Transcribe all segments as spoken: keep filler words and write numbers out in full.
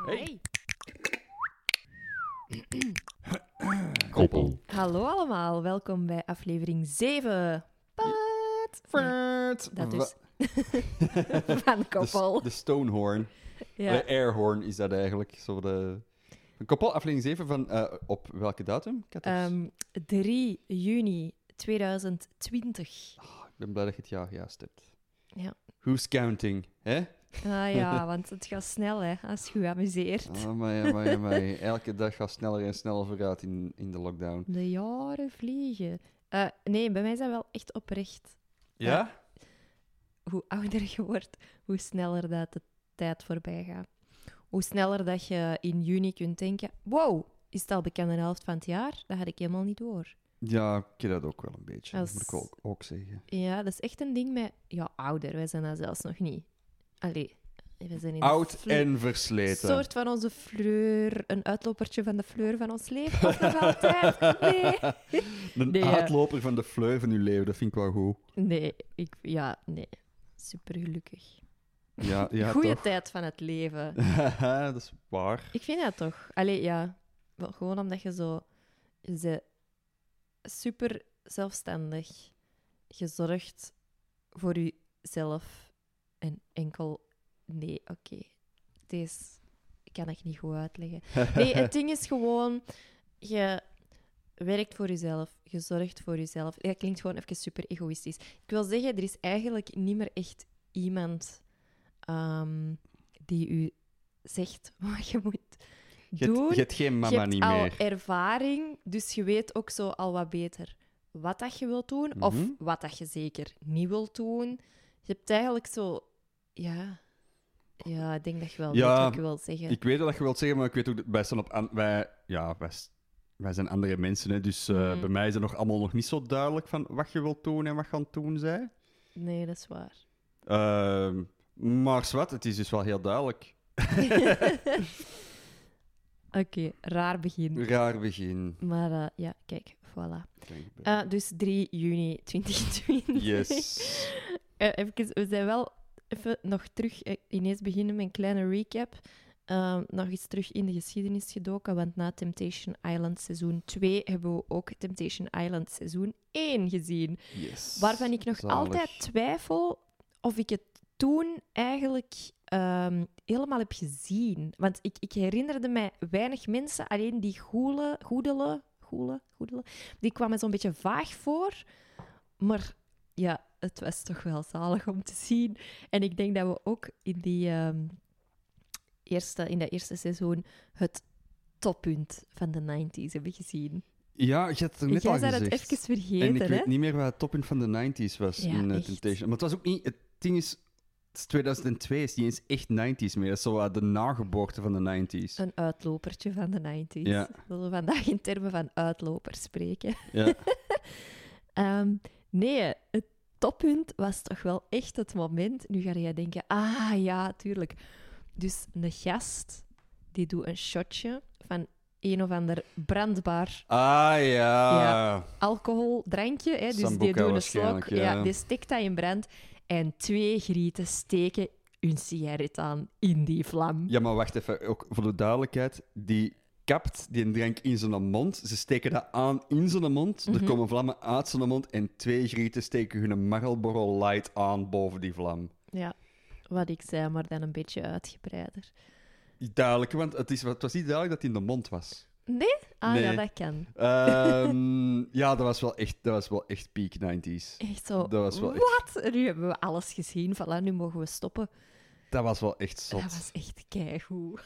Hey. Koppel. Hallo allemaal, welkom bij aflevering zeven. Pat. Fart. Dat is Wa- van Koppel. De, de Stonehorn. Ja. De Airhorn is dat eigenlijk. Zo de... Een Koppel, aflevering zeven van... Uh, op welke datum? Ik had het- Um, drie juni tweeduizend twintig. Oh, ik ben blij dat je het jaar juist hebt. Ja. Who's counting, hè? Ah ja, want het gaat snel hè, als je je amuseert. Oh, amai, amai, amai. Elke dag gaat sneller en sneller vooruit in, in de lockdown. De jaren vliegen. Uh, nee, bij mij is dat wel echt oprecht. Ja? Hoe ouder je wordt, hoe sneller dat de tijd voorbij gaat. Hoe sneller dat je in juni kunt denken... Wow, is het al bekend de helft van het jaar? Dat had ik helemaal niet door. Ja, ik ken dat ook wel een beetje. Als- Dat moet ik ook, ook zeggen. Ja, dat is echt een ding met... Ja, ouder. Wij zijn dat zelfs nog niet. Allee, we zijn in Oud de fle- en versleten. soort van onze fleur, een uitlopertje van de fleur van ons leven. Of nog altijd? Nee. Een Nee, ja. uitloper van de fleur van uw leven, dat vind ik wel goed. Nee, ik... Ja, nee. Super gelukkig. Ja, ja Goeie toch? tijd van het leven. Dat is waar. Ik vind dat toch. Allee, ja. Wel, gewoon omdat je zo... Ze super zelfstandig. Je zorgt voor jezelf. En enkel... Nee, oké. Deze kan ik niet goed uitleggen. Nee, het ding is gewoon... Je werkt voor jezelf. Je zorgt voor jezelf. Dat klinkt gewoon even super egoïstisch. Ik wil zeggen, er is eigenlijk niet meer echt iemand ehm, die u zegt wat je moet Je doen. hebt, je hebt geen Je mama hebt niet al meer. ervaring, dus je weet ook zo al wat beter wat dat je wilt doen, Mhm. of wat dat je zeker niet wilt doen. Je hebt eigenlijk zo... Ja... Ja, ik denk dat je wel Ja, weet wat ik wil zeggen. Ik weet wat je wilt zeggen, maar ik weet ook dat wij staan op... An- wij, ja, wij, s- wij zijn andere mensen, hè, dus eh, Mhm. bij mij is het nog allemaal nog niet zo duidelijk van wat je wilt doen en wat je aan het doen zij. Nee, dat is waar. Ehm, maar zwart, het is dus wel heel duidelijk. Oké, raar begin. Raar begin. Maar uh, ja, kijk, voilà. Kijk, Uh, dus drie juni tweeduizend twintig. Yes. Uh, even, we zijn wel even nog terug, uh, ineens beginnen met een kleine recap. Uh, nog eens terug in de geschiedenis gedoken, want na Temptation Island seizoen twee hebben we ook Temptation Island seizoen één gezien. Yes. Waarvan ik nog Zalig. altijd twijfel of ik het toen eigenlijk um, helemaal heb gezien. Want ik, ik herinnerde mij weinig mensen, alleen die goele, goedelen, goele, goedelen, die kwamen zo'n beetje vaag voor. Maar ja, het was toch wel zalig om te zien. En ik denk dat we ook in, die, um, eerste, in dat eerste seizoen het toppunt van de negentig hebben gezien. Ja, je had het er net Jij al zei gezegd. het even vergeten, En ik hè? weet niet meer wat het toppunt van de negentig was Ja, in uh, echt. Temptation. Maar het was ook niet... Het ding is... Het is tweeduizend twee, is niet eens echt negentig meer. Dat is zo wat de nageboorte van de negentig. Een uitlopertje van de negentig. Ja. We zullen vandaag in termen van uitlopers spreken. Ja. um, nee, het toppunt was toch wel echt het moment. Nu ga je denken, ah ja, tuurlijk. Dus een gast, die doet een shotje van een of ander brandbaar Ah, ja. Ja. alcoholdrankje. Hè. Dus die Sambuca doen een waarschijnlijk, slok, ja. ja, die stikt dat in brand. En twee grieten steken hun sigaret aan in die vlam. Ja, maar wacht even. Ook voor de duidelijkheid. Die kapt die drank in zijn mond. Ze steken dat aan in zijn mond. Mhm. Er komen vlammen uit zijn mond. En twee grieten steken hun Marlboro Light aan boven die vlam. Ja, wat ik zei, maar dan een beetje uitgebreider. Duidelijk, want het, is, het was niet duidelijk dat hij in de mond was. Nee? Ah Nee. ja, dat kan. Ehm, ja, dat was wel echt, dat was wel echt peak negenties. Echt zo, Dat was wel echt- wat? Nu hebben we alles gezien. Voilà, nu mogen we stoppen. Dat was wel echt zot. Dat was echt keigoed.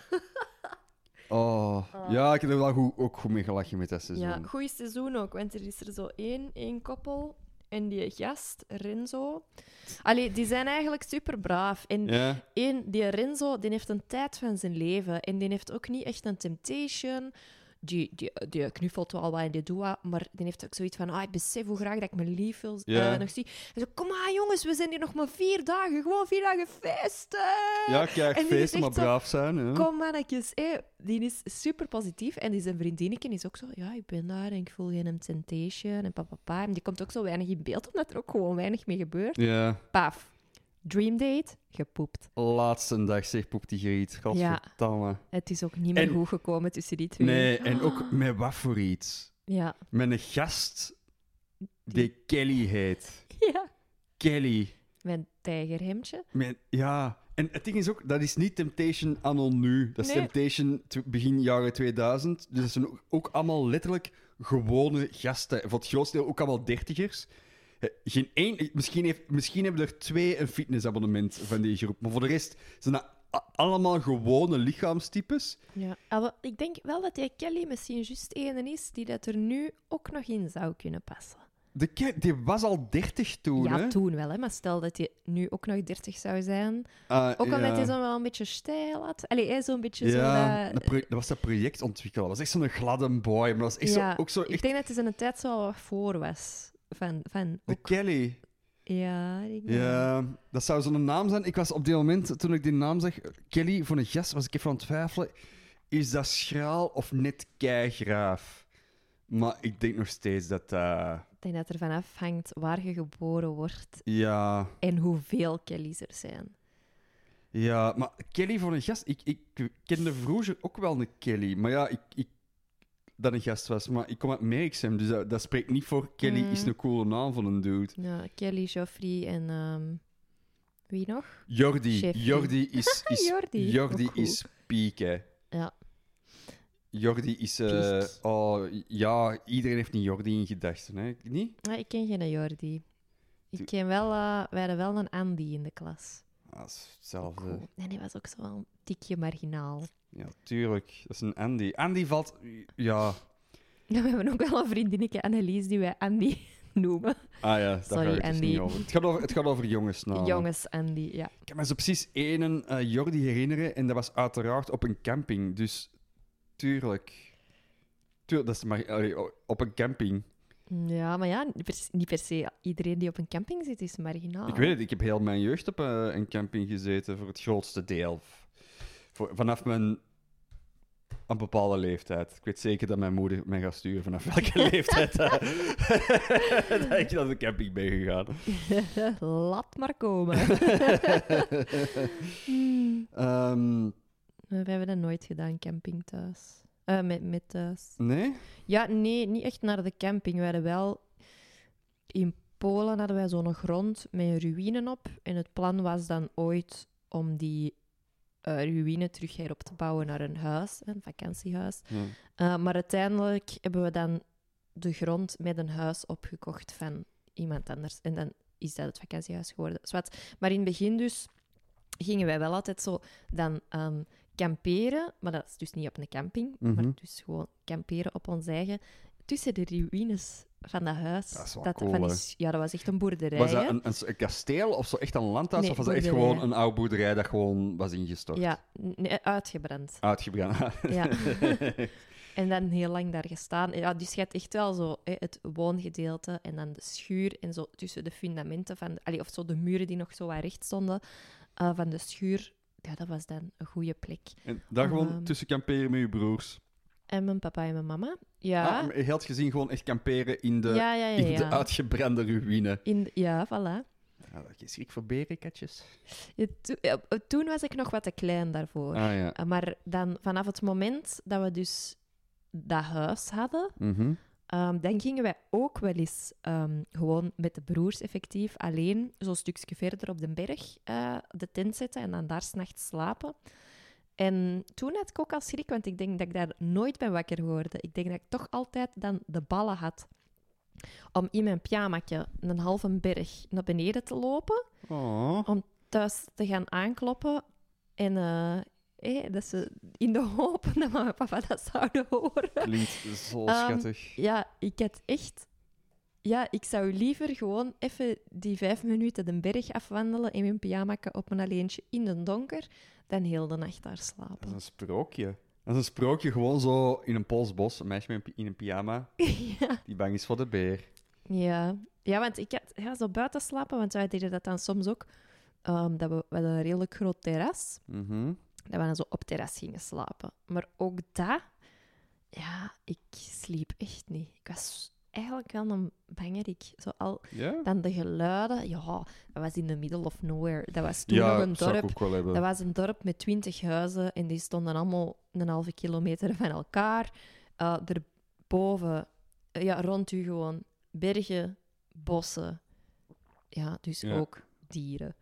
Oh. Ja, ik heb er wel goed, ook goed mee gelachen met dat seizoen. Ja, goed seizoen ook, want er is er zo één, één koppel. En die gast, Renzo... Allee, die zijn eigenlijk super braaf. En Ja. één, die Renzo, die heeft een tijd van zijn leven. En die heeft ook niet echt een temptation. Die, die, die knuffelt wel wat en die doet wat. Maar die heeft ook zoiets van... Ah, ik besef hoe graag dat ik mijn lief wil, Ja. eh, nog zie. En zo, kom aan jongens, we zijn hier nog maar vier dagen. Gewoon vier dagen feesten. Ja, kijk, En die is feesten, maar echt zo- braaf zijn. Hè? Kom mannetjes, hé. Die is super positief. En die zijn vriendinnetje is ook zo... Ja, ik ben daar en ik voel geen temptation en papa. En die komt ook zo weinig in beeld, omdat er ook gewoon weinig mee gebeurt. Ja. Paf. Dream date, gepoept. Laatste dag, zeg poeptie Griet. Godverdamme. Het is ook niet meer En- goed gekomen tussen die twee. Nee, en ook met wat voor iets? Ja. Met een gast die Kelly heet. Ja. Kelly. Met een tijgerhemdje. Met, ja, en het ding is ook, dat is niet Temptation anno nu. Dat is Nee. Temptation t- begin jaren tweeduizend. Dus dat zijn ook, ook allemaal letterlijk gewone gasten. Voor het grootste deel ook allemaal dertigers. Eh, Geen één, misschien, heeft, misschien hebben er twee een fitnessabonnement van die groep. Maar voor de rest zijn dat a- allemaal gewone lichaamstypes. Ja. Ah, wel, ik denk wel dat die Kelly misschien juist ene is die dat er nu ook nog in zou kunnen passen. De Ke- die was al dertig toen, Ja, hè? toen wel, hè. Maar stel dat hij nu ook nog dertig zou zijn. Ah, Ook omdat ja. hij zo wel een beetje stijl had. Allee, hij zo'n beetje Ja, zo dat, dat... pro- dat was dat projectontwikkelaar. Dat was echt zo'n gladde boy. Maar dat was echt Ja, zo, ook zo ik echt denk dat hij zijn tijd zo al wat voor was. Van, van de ook... Kelly. Ja, ik denk Ja, dat zou zo'n naam zijn. Ik was op die moment, toen ik die naam zag, Kelly, voor een gast, was ik even aan het twijfelen. Is dat schraal of net keigraaf? Maar ik denk nog steeds dat... eh, Ik denk dat er vanaf hangt waar je geboren wordt ja, en hoeveel Kelly's er zijn. ja, maar Kelly voor een gast... Ik, ik kende vroeger ook wel een Kelly. Maar ja, ik, ik, dat een gast was. Maar ik kom uit Merksem, dus dat, dat spreekt niet voor Kelly Mm. is een coole naam van een dude. Ja, Kelly, Joffrey en... ehm, wie nog? Jordi. Jeffrey. Jordi is... is Jordi. Jordi Ook goed. is piek, hè. Ja. Jordi is... eh, Piek. oh, ja, iedereen heeft een Jordi in gedachten, hè? Niet? Ah, ik ken geen Jordi. Doe- Ik ken wel... eh wij hadden wel een Andy in de klas. Ah, dat is hetzelfde. Cool. En die was ook zo wel een tikje marginaal. Ja, tuurlijk. Dat is een Andy. Andy valt... Ja. Ja, we hebben ook wel een vriendinnetje, Annelies, die wij Andy noemen. Ah ja, daar Sorry, gaat het dus Andy. niet over. Het gaat over, het gaat over jongens nou. Jongens Andy, ja. Ik kan me zo precies één eh, Jordi herinneren en dat was uiteraard op een camping. Dus tuurlijk. Tuurlijk, dat is maar allee, o- op een camping. Ja, maar ja, niet per, niet per se iedereen die op een camping zit is marginaal. Ik weet het, ik heb heel mijn jeugd op eh, een camping gezeten voor het grootste deel. Voor, vanaf mijn een bepaalde leeftijd. Ik weet zeker dat mijn moeder mij gaat sturen vanaf welke leeftijd eh, dat ik naar de camping ben gegaan. Laat maar komen. Hmm. Ehm, We hebben dat nooit gedaan, camping thuis. Eh, met, met thuis. nee? Ja, nee, niet echt naar de camping. We hadden wel... In Polen hadden wij zo'n grond met een ruïne op. En het plan was dan ooit om die eh, ruïne terug herop te bouwen naar een huis, een vakantiehuis. Ja. Uh, maar uiteindelijk hebben we dan de grond met een huis opgekocht van iemand anders. En dan is dat het vakantiehuis geworden. Zwat. Maar in het begin dus gingen wij wel altijd zo dan um, kamperen. Maar dat is dus niet op een camping, Mhm. maar dus gewoon kamperen op ons eigen. Tussen de ruïnes van dat huis. Dat is wel dat, cool, van die hè? s- ja, dat was echt een boerderij. Was dat hè? een, een, een kasteel of zo echt een landhuis? Nee, of was dat echt boerderij. gewoon een oude boerderij dat gewoon was ingestort? Ja, nee, uitgebrand. Uitgebrand. Ja. En dan heel lang daar gestaan. Ja, dus je hebt echt wel zo hè, het woongedeelte en dan de schuur en zo tussen de fundamenten van... Allee, of zo de muren die nog zo wat recht stonden uh, van de schuur. Ja, dat was dan een goede plek. En daar gewoon Um, tussen kamperen met je broers. En mijn papa en mijn mama. Ja, Ah, maar je had gezien gewoon echt kamperen in de, ja, ja, ja. in de ja. uitgebrande ruïne. In, ja, voilà. Ja, dat is schrik voor berenkatjes. Ja, to- ja, toen was ik nog wat te klein daarvoor. Ah ja. Uh, Maar dan, vanaf het moment dat we dus dat huis hadden... Mhm. Um, dan gingen wij ook wel eens um, gewoon met de broers effectief alleen zo'n stukje verder op de berg uh, de tent zetten en dan daar 's nachts slapen. En toen had ik ook al schrik, want ik denk dat ik daar nooit bij wakker geworden. Ik denk dat ik toch altijd dan de ballen had om in mijn pyjamaatje een halve berg naar beneden te lopen, Oh. om thuis te gaan aankloppen en uh, hey, dat ze in de hoop dat mama en papa dat zouden horen. Klinkt zo Um, schattig. Ja, ik had echt... Ja, ik zou liever gewoon even die vijf minuten de berg afwandelen in mijn pyjamakke op mijn alleentje in het donker, dan heel de nacht daar Dat slapen. is een sprookje. Dat is een sprookje gewoon zo in een Pools bos. Een meisje met een pi- in een pyjama ja. die bang is voor de beer. Ja. Ja, want ik had ja, zo buiten slapen, want wij deden dat dan soms ook. Um, dat we, we hadden een redelijk groot terras, Mhm. dat we dan zo op terras gingen slapen. Maar ook dat... Ja, ik sliep echt niet. Ik was eigenlijk wel een bangerik. Zo al, Ja? dan de geluiden. Ja, dat was in the middle of nowhere. Dat was toen Ja, nog een zou ik dorp. ook wel hebben. Dat was een dorp met twintig huizen en die stonden allemaal een halve kilometer van elkaar. Uh, erboven, uh, ja, rond u gewoon bergen, bossen. Ja, dus Ja. ook dieren.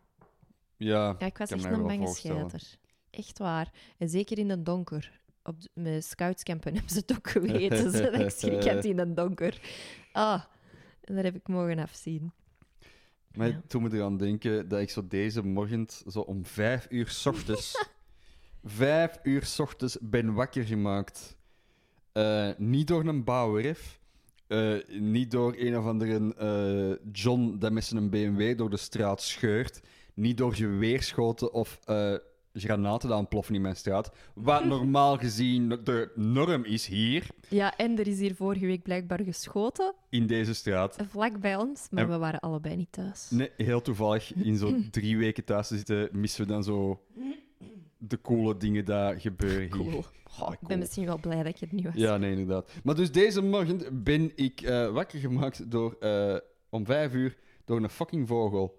Ja, Ja, ik was kan echt me een wel bange voorstellen. scheiter. Echt waar. En zeker in het donker. Op de, met scoutscampen hebben ze het ook geweten. Ze dat ik schrik had in het donker. Ah, en daar heb ik mogen afzien. maar Ja. toen me eraan denken dat ik zo deze morgen zo om vijf uur 's ochtends... vijf uur 's ochtends ben wakker gemaakt. Eh, niet door een bouwwerf. eh, niet door een of andere eh, John dat met zijn B M W door de straat scheurt. Niet door geweerschoten of eh, granaten die aanploffen in mijn straat. Wat normaal gezien de norm is hier, Ja, en er is hier vorige week blijkbaar geschoten. in deze straat. Vlak bij ons, maar En- we waren allebei niet thuis. Nee, heel toevallig, in zo'n drie weken thuis te zitten, missen we dan zo de coole dingen die gebeuren hier. Cool. Goh, ik ben misschien wel blij dat je het niet was. Ja, nee, inderdaad. Maar dus deze morgen ben ik eh, wakker gemaakt door, eh, om vijf uur door een fucking vogel.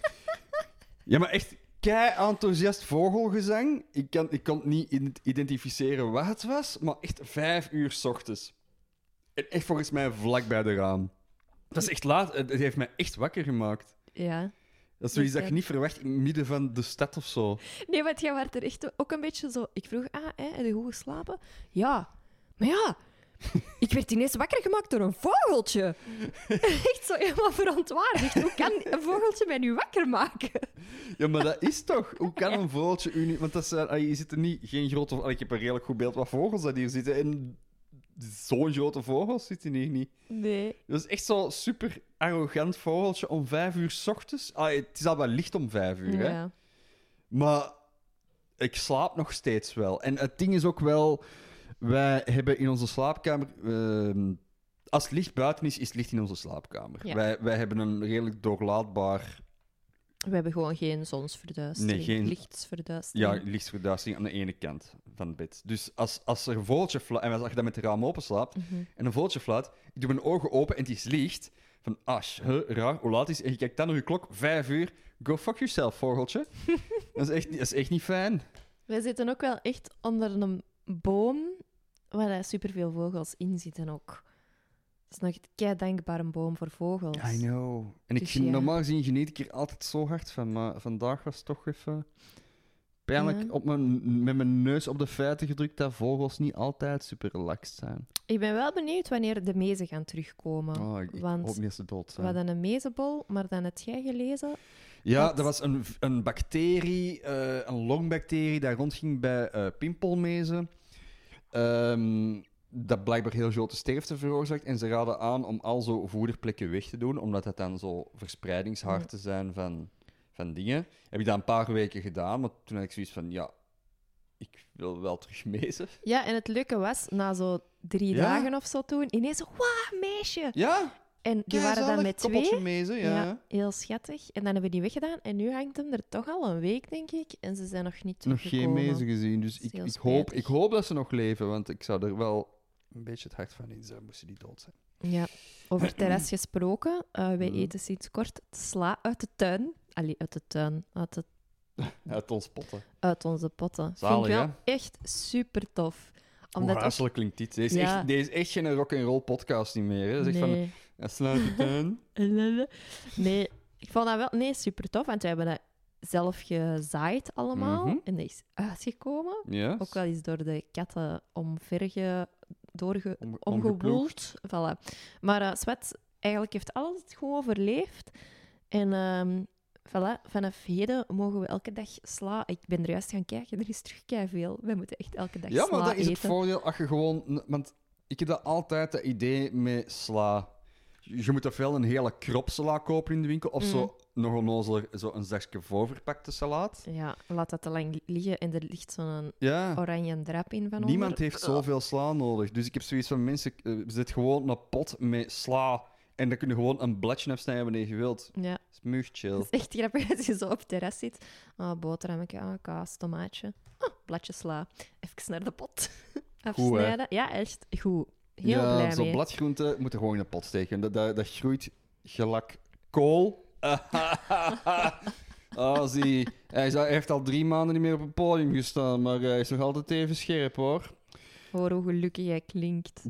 Ja, maar echt kei enthousiast vogelgezang. Ik kan, ik kon niet in- identificeren wat het was, maar echt vijf uur 's ochtends. En echt volgens mij vlak bij de raam. Dat is echt laat. Het het heeft mij echt wakker gemaakt. Ja. Dat is zoiets dat Ja. je niet verwacht in het midden van de stad of zo. Nee, want jij werd er echt ook een beetje zo... Ik vroeg, ah, hè, heb je goed geslapen? Ja. Maar ja, ik werd ineens wakker gemaakt door een vogeltje. Echt zo helemaal verontwaardigd. Hoe kan een vogeltje mij nu wakker maken? Ja, maar dat is toch? Hoe kan een vogeltje u niet... Want dat zijn, ah, je zit er niet... Geen grote... ah, ik heb een redelijk goed beeld wat vogels dat hier zitten. En zo'n grote vogels zitten hier niet. Nee. Dat is echt zo'n super arrogant vogeltje om vijf uur 's ochtends. Ah, het is al wel licht om vijf uur, hè. Ja. Maar ik slaap nog steeds wel. En het ding is ook wel... Wij hebben in onze slaapkamer... ehm, als het licht buiten is, is het licht in onze slaapkamer. Ja. Wij, wij hebben een redelijk doorlaatbaar... We hebben gewoon geen zonsverduistering. Nee, geen- Lichtsverduistering. Ja, lichtverduistering aan de ene kant van het bed. Dus als, als er een vogeltje fluit... En als je dan met de raam open slaapt... Mhm. En een vogeltje fluit... Ik doe mijn ogen open en het is licht. Van, ah, sh- huh, raar, hoe laat is het? En je kijkt dan naar je klok. Vijf uur. Go fuck yourself, vogeltje. dat, is echt, dat is echt niet fijn. Wij zitten ook wel echt onder een boom waar er superveel vogels in zitten ook. Het is nog kei dankbaar een boom voor vogels. I know. En ik Dus vind, ja. normaal gezien geniet ik er altijd zo hard van. Maar vandaag was het toch even... Pijnlijk Ja. op mijn, met mijn neus op de feiten gedrukt dat vogels niet altijd super relaxed zijn. Ik ben wel benieuwd wanneer de mezen gaan terugkomen. Oh, ik, ik want hoop niet dat ze dood we zijn. hadden een mezenbol, maar dan heb jij gelezen. Ja, dat- dat was een, een bacterie, eh, een longbacterie, die rondging bij eh pimpelmezen. Ehm, dat blijkbaar heel grote sterfte veroorzaakt. En ze raden aan om al zo voederplekken weg te doen, omdat dat dan zo verspreidingsharten zijn van, van dingen. Heb ik dat een paar weken gedaan, maar toen had ik zoiets van, ja, ik wil wel terug mezen. Ja, en het leuke was, na zo drie Ja. dagen of zo toen, ineens zo, wauw, meisje! Ja, En die waren dan keizalig, met koppeltje twee. mezen, ja. Ja, heel schattig. En dan hebben we die weggedaan. En nu hangt hem er toch al een week, denk ik. En ze zijn nog niet Nog teruggekomen. geen mezen gezien, dus Dat is ik, heel ik, hoop, spijtig. ik hoop dat ze nog leven, want ik zou er wel een beetje het hart van in zijn, moesten die dood zijn. Ja. Over terras gesproken. eh, wij Mm. eten sinds kort sla uit de tuin. Allee, uit de tuin. Uit, de, Uit ons potten. uit onze potten. Zalig, Vind ik wel hè? echt super tof. Hoe Omdat ook- huiselijk klinkt dit? Deze is, Ja. echt, deze is echt geen rock'n'roll podcast niet meer. Hè? Dat is echt van, Nee. ja, sluit de tuin. Nee, ik vond dat wel nee, super tof. Want we hebben dat zelf gezaaid allemaal. Mhm. En dat is uitgekomen. Ja. Ook wel eens door de katten omverge, doorge, Om- omgewoeld. Voilà. Maar uh, Swet eigenlijk heeft alles het gewoon overleefd. En ehm, voilà, vanaf heden mogen we elke dag sla. Ik ben er juist gaan kijken, er is terug kei veel. We moeten echt elke dag Ja, sla maar dat is eten. het voordeel als je gewoon... Want ik heb dat altijd, dat idee met sla. Je moet ofwel een hele krop sla kopen in de winkel, of Mm. zo nog onnozeler, zo een zakje voorverpakte salaat. Ja, laat dat te lang liggen en er ligt zo'n Ja. oranje drap in van Niemand onder. heeft zoveel sla nodig. Dus ik heb zoiets van, mensen, eh, zet gewoon een pot met sla en dan kun je gewoon een bladje afsnijden wanneer je wilt. Ja, Smooth chill. dat is echt grappig als je zo op het terras zit. Ah, boterhammetje, ah, kaas, tomaatje. Ah, bladje sla. Even naar de pot afsnijden. Ja, echt goed. heel ja, blij zo mee. bladgroenten moet er gewoon in een pot steken. Dat, dat, dat groeit gelak kool. Oh, zie. Hij is al- hij heeft al drie maanden niet meer op het podium gestaan, maar hij is nog altijd even scherp, hoor. Hoor hoe gelukkig jij klinkt.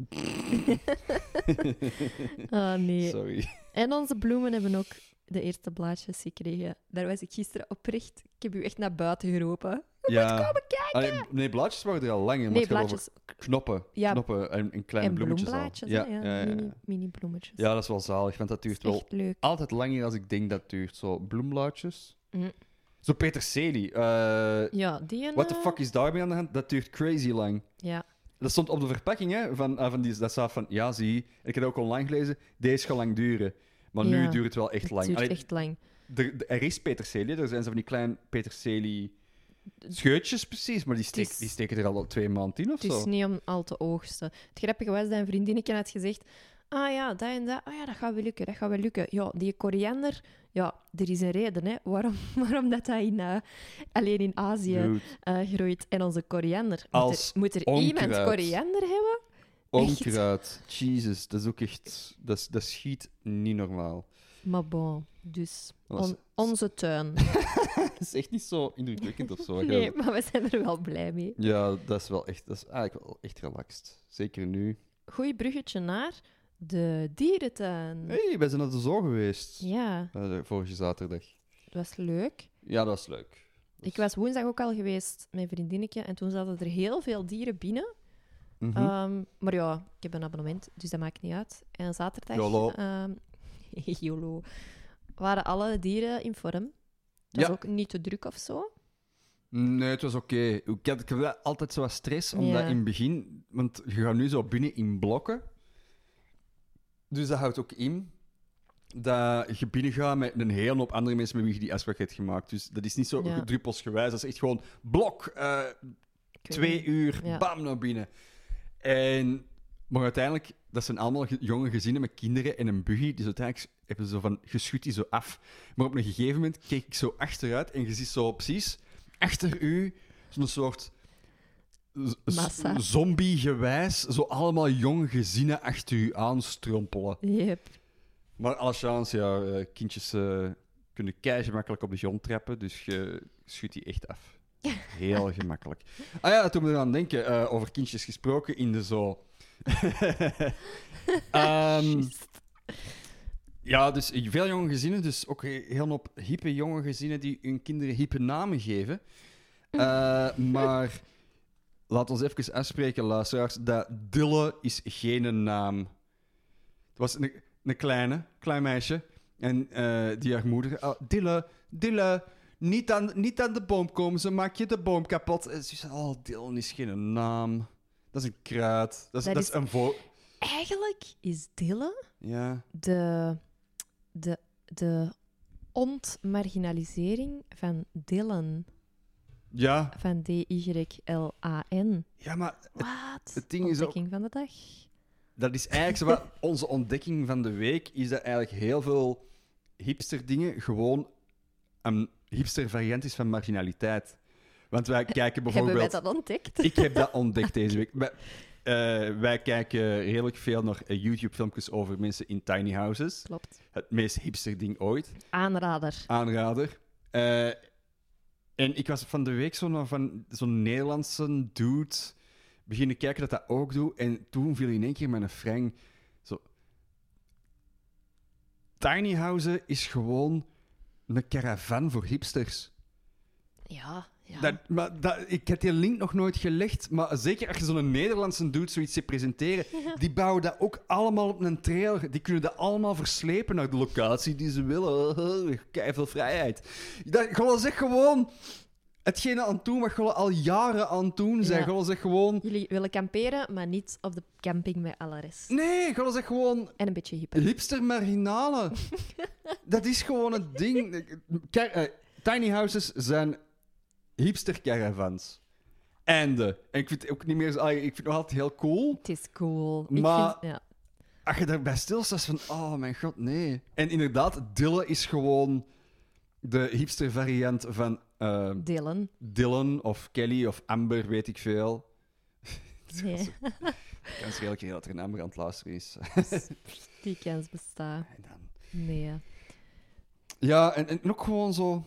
Ah, nee. Sorry. En onze bloemen hebben ook de eerste blaadjes gekregen. Daar was ik gisteren oprecht. Ik heb u echt naar buiten geroepen. Ja. Komen kijken! Allee, nee, blaadjes waren er al lang in, maar Nee, het gaat blaadjes over knoppen. Ja. Knoppen en, en kleine en bloemetjes al. bloemblaadjes. Ja, hè, Ja, ja, ja, ja. Mini, mini bloemetjes. Ja, dat is wel zalig, want dat duurt Dat is wel echt leuk. altijd langer als ik denk dat het duurt. Zo bloemblaadjes. Mm. Zo peterselie. Eh Ja, die en... what the eh, fuck is daarmee aan de hand? Dat duurt crazy lang. Ja. Dat stond op de verpakking, hè, van, ah, van die, dat staat van, ja, zie, ik heb dat ook online gelezen, deze gaat lang duren. Maar nu Ja, duurt het wel echt Het lang. duurt Allee, echt lang. er, er is peterselie, er zijn zo van die kleine peterselie scheutjes precies, maar die, steek, is- die steken er al twee maanden in of Het is zo. niet om al te oogsten. Het grappige was dat een vriendinnetje had gezegd... Ah ja, dat en dat. Ah ja, dat gaat wel lukken, dat gaat wel lukken. Ja, die koriander... Ja, er is een reden, hè. Waarom, waarom dat, dat in, eh, alleen in Azië Dude, eh, groeit. En onze koriander. Als moet er, moet er iemand onkruid. koriander hebben? onkruid. Jesus, dat is ook echt... Dat, is- dat schiet niet normaal. Maar bon, dus... Dat was- on- onze tuin. Dat is echt niet zo indrukwekkend of zo. Nee, maar we zijn er wel blij mee. Ja, dat is wel echt... Dat is eigenlijk wel echt relaxed. Zeker nu. Goeie bruggetje naar de dierentuin. Hé, hey, wij zijn naar de zoo geweest. Ja, Eh, de vorige zaterdag. dat was leuk. Ja, dat is leuk. Dat Ik is- was woensdag ook al geweest met een vriendinnetje en toen zaten er heel veel dieren binnen. Mhm. Ehm, maar ja, ik heb een abonnement, dus dat maakt niet uit. En zaterdag... YOLO. ehm, YOLO. Waren alle dieren in vorm. Het was Ja. ook niet te druk of zo. Nee, het was oké. Ik had ik had wel altijd zo wat stress, omdat Ja. in het begin... Want je gaat nu zo binnen in blokken. Dus dat houdt ook in dat je binnen gaat met een hele hoop andere mensen met wie je die afspraak hebt gemaakt. Dus dat is niet zo Ja. druppelsgewijs. Dat is echt gewoon blok, eh, Ik weet twee niet. uur, Ja. bam, naar binnen. En, maar uiteindelijk, dat zijn allemaal ge- jonge gezinnen met kinderen en een buggy. Dus uiteindelijk hebben ze zo van, je schudt die zo af. Maar op een gegeven moment keek ik zo achteruit en je ziet zo precies achter u zo'n soort z- z- Massa. zombie-gewijs, zo allemaal jonge gezinnen achter u aanstrompelen. Yep. Maar alle chance, ja, eh, kindjes eh, kunnen kei gemakkelijk op de grond trappen, dus je schudt die echt af. Heel gemakkelijk. Ah ja, toen we eraan denken, eh, over kindjes gesproken in de zoo. Ehm, ja, dus veel jonge gezinnen, dus ook he- heel hoop hippe jonge gezinnen die hun kinderen hippe namen geven. Eh, maar laat ons even afspreken, luisteraars, dat Dille is geen naam. Het was een, een kleine, klein meisje. En eh, die haar moeder... Oh, Dille, Dille, niet aan, niet aan de boom komen, zo maak je de boom kapot. En ze zei, oh, Dille is geen naam. Dat is een kruid. Dat is, Dat dat is- is een voor... Eigenlijk is Dille Ja. de, de, de ontmarginalisering van Dylan. Ja, Van D Y L A N. ja, maar Wat? het ding is ook- Ontdekking van de dag. dat is eigenlijk zo wat onze ontdekking van de week, is dat eigenlijk heel veel hipster dingen gewoon een hipster variant is van marginaliteit. Want wij kijken Hebben wij bijvoorbeeld... dat ontdekt? Ik heb dat ontdekt deze week. Wij, eh, wij kijken redelijk veel naar eh, YouTube-filmpjes over mensen in tiny houses. Klopt. Het meest hipster ding ooit. Aanrader. Aanrader. Eh, en ik was van de week zo naar van zo'n Nederlandse dude beginnen kijken dat dat ook doet. En toen viel in één keer mijn Frank zo... Tiny houses is gewoon een caravan voor hipsters. Ja, ja. Dat, maar dat, ik heb die link nog nooit gelegd, maar zeker als je zo'n Nederlandse dude zoiets ziet presenteren, die bouwen dat ook allemaal op een trailer. Die kunnen dat allemaal verslepen naar de locatie die ze willen. Kei veel vrijheid. Dat, gewoon zeg gewoon hetgene aan het doen wat gewoon al jaren aan het doen zijn. Ja. Gewoon zeg gewoon... Jullie willen kamperen, maar niet op de camping met alle rest. Nee, gewoon zeg gewoon... En een beetje hyper. Hipster marginale. Dat is gewoon het ding. Car- eh, tiny houses zijn hipster caravans. Einde. En ik vind het ook niet meer zo... ah, Ik vind het nog altijd heel cool. Het is cool. Maar- Ik vind, ja. Als je daarbij stilstaat van... Oh mijn god, nee. En inderdaad, Dille is gewoon de hipster variant van eh, Dylan. Dylan of Kelly of Amber, weet ik veel. Nee. kans redelijk heel dat er een nummer aan het luisteren is. Die kans bestaat. En dan... Nee. Ja, en, en ook gewoon zo...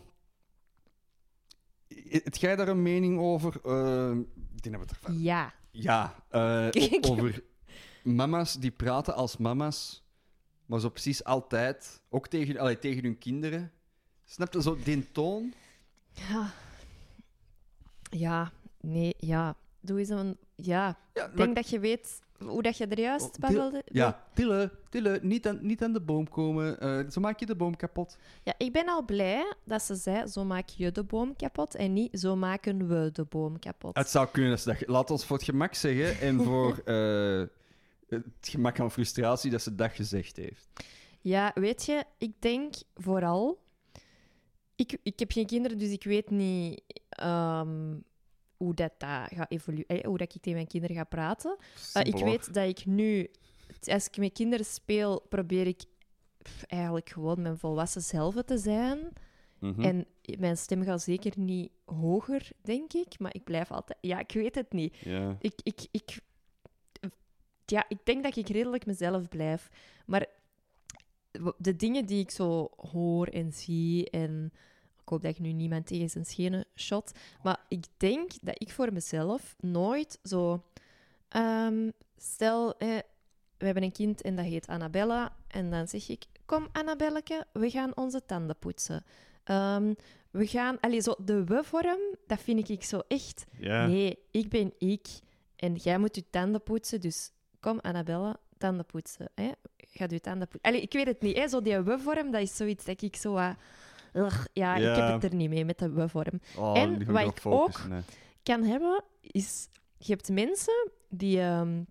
Het jij daar een mening over? Uh, ik denk dat we het ervan... Ja. Ja, uh, o- over mama's die praten als mama's, maar zo precies altijd, ook tegen, allee, tegen hun kinderen. Snap je zo die toon? Ja. Ja. Nee, ja. Doe eens een... Ja. Ja, Ik denk dat je weet hoe dat je er juist babbelde. Ja, Tille, Tille, niet aan, niet aan de boom komen. Uh, zo maak je de boom kapot. Ja, ik ben al blij dat ze zei, zo maak je de boom kapot en niet, zo maken we de boom kapot. Het zou kunnen dat ze dat... Laat ons voor het gemak zeggen en voor uh, het gemak van frustratie dat ze dat gezegd heeft. Ja, weet je, ik denk vooral... Ik, ik heb geen kinderen, dus ik weet niet um, hoe dat, dat gaat evolueren, hoe dat ik tegen mijn kinderen ga praten. Uh, ik weet dat ik nu, als ik met kinderen speel, probeer ik pff, eigenlijk gewoon mijn volwassen zelf te zijn. Mm-hmm. En mijn stem gaat zeker niet hoger, denk ik. Maar ik blijf altijd... Ja, ik weet het niet. Ja. Ik, ik, ik, ja, ik denk dat ik redelijk mezelf blijf. Maar de dingen die ik zo hoor en zie... en ik hoop dat ik nu niemand tegen zijn schenen shot. Maar ik denk dat ik voor mezelf nooit zo... Um, stel, eh, we hebben een kind en dat heet Annabella. En dan zeg ik... Kom, Annabelleke, we gaan onze tanden poetsen. Um, we gaan... Allee, zo de we-vorm, dat vind ik zo echt... Ja. Nee, ik ben ik. En jij moet je tanden poetsen. Dus kom, Annabella, tanden poetsen. Hè? Ga je tanden poetsen. Allee, ik weet het niet. Hè? Zo die we-vorm, dat is zoiets dat ik zo... Uh, ugh, ja, Ja. ik heb het er niet mee met de we-vorm. Oh, En die wat moet ik focussen, ook- hè. Kan hebben, is... Je hebt mensen die... Um,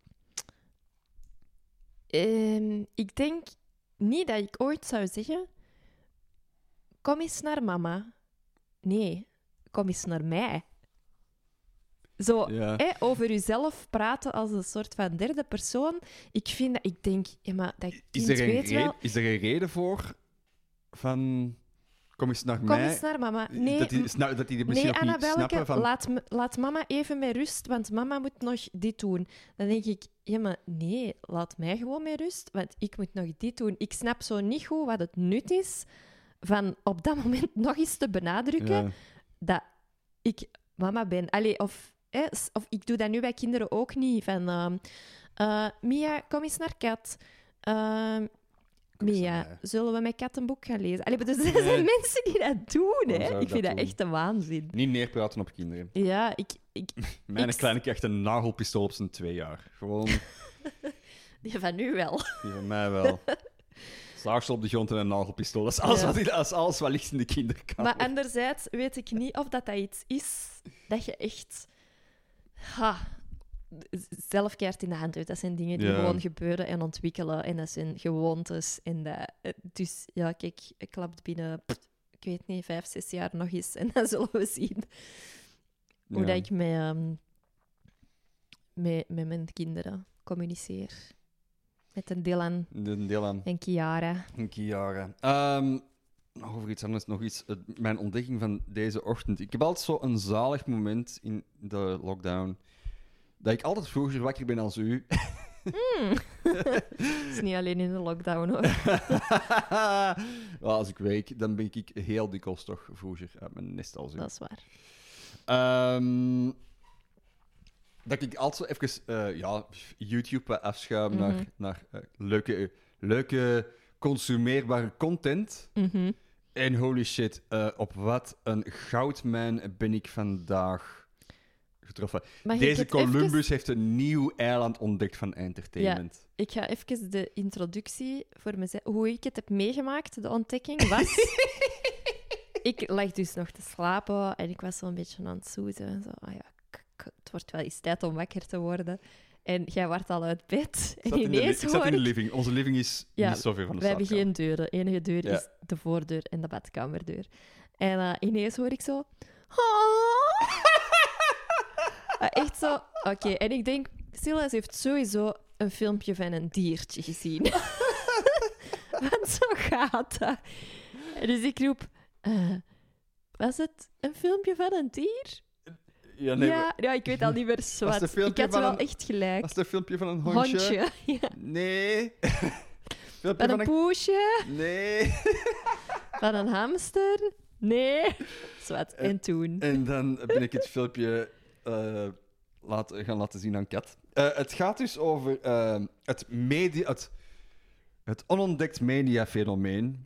um, ik denk niet dat ik ooit zou zeggen... Kom eens naar mama. Nee, kom eens naar mij. Zo, Ja. hè, over jezelf praten als een soort van derde persoon. Ik vind dat... Ik denk, ja, maar dat Is kind er, een weet wel... reden, is er een reden voor van... Kom eens naar Kom mij. eens naar mama. Nee, dat die, sna- dat die het misschien nee nog niet Annabelleke, snappen van... laat, me- laat mama even met rust, want mama moet nog dit doen. Dan denk ik, ja, maar nee, laat mij gewoon met rust, want ik moet nog dit doen. Ik snap zo niet goed wat het nut is van op dat moment nog eens te benadrukken Ja. dat ik mama ben. Allee, of, hè, s- of ik doe dat nu bij kinderen ook niet. Van, ehm, eh, Mia, kom eens naar kat. Ehm, Kom eens naar Mia, mij. zullen we met kat een boek gaan lezen? Allee, maar dus er Nee. zijn mensen die dat doen. Waarom Hè? zou Ik ik vind dat dat doen? echt een waanzin. Niet neerpraten op kinderen. Ja, ik... ik Mijn Ik- kleine krijgt een nagelpistool op zijn twee jaar. Gewoon, die van nu wel. die van mij wel. Zaagsel op de grond en een nagelpistool. Dat is alles, Ja. wat, dat is alles wat ligt in de kinderkamer. Maar anderzijds weet ik niet of dat, dat iets is dat je echt ha, zelf keihard in de hand doet. Dat zijn dingen die Ja. gewoon gebeuren en ontwikkelen. En dat zijn gewoontes. En dat, eh, dus ja, kijk, het klapt binnen, pff, ik weet niet, vijf, zes jaar nog eens. En dan zullen we zien hoe Ja. dat ik met, ehm, met, met mijn kinderen communiceer. Met een Dylan De deel aan en Kiara. een Kiara. Ehm, nog over iets anders, nog iets. Het- mijn ontdekking van deze ochtend. Ik heb altijd zo een zalig moment in de lockdown. Dat ik altijd vroeger wakker ben als u. Hmm. Het is niet alleen in de lockdown, hoor. Wel, als ik week, dan ben ik heel dikwijls toch vroeger uit mijn nest als u. Dat is waar. Ehm, dat ik altijd zo even eh, ja, YouTube wat afschuim Mhm. naar, naar eh, leuke, leuke consumeerbare content. Mhm. En holy shit, eh, op wat een goudmijn ben ik vandaag getroffen. Mag ik Deze het Columbus even- heeft een nieuw eiland ontdekt van entertainment. Ik ga even de introductie voor mezelf... Hoe ik het heb meegemaakt, de ontdekking, was... ik lag dus nog te slapen en ik was zo'n beetje aan het zoeten. Zo, ah ja, k- k- het wordt wel eens tijd om wakker te worden. En jij wordt al uit bed. Ik En zat in de, li- ineens ik zat hoor in de ik... living. Onze living is Ja, niet zo ver van de We hebben slaapkamer. geen deuren. De enige deur Ja. is de voordeur en de badkamerdeur. En eh, ineens hoor ik zo... "Ah." Ah, echt zo... Oké, en ik denk... Silas heeft sowieso een filmpje van een diertje gezien. Want zo gaat dat. En dus ik roep... eh, was het een filmpje van een dier? Ja, nee, ja, ja, ik weet al niet meer het zwart. een filmpje Ik had van wel een- echt gelijk. Was het een filmpje van een hondje? Hondje. Ja. Nee. filmpje Van een poesje. Nee. Van een hamster. Nee. Zwart. En toen. En dan ben ik het filmpje uh, laat, gaan laten zien aan Kat. Uh, het gaat dus over uh, het, media, het, het onontdekt mediafenomeen.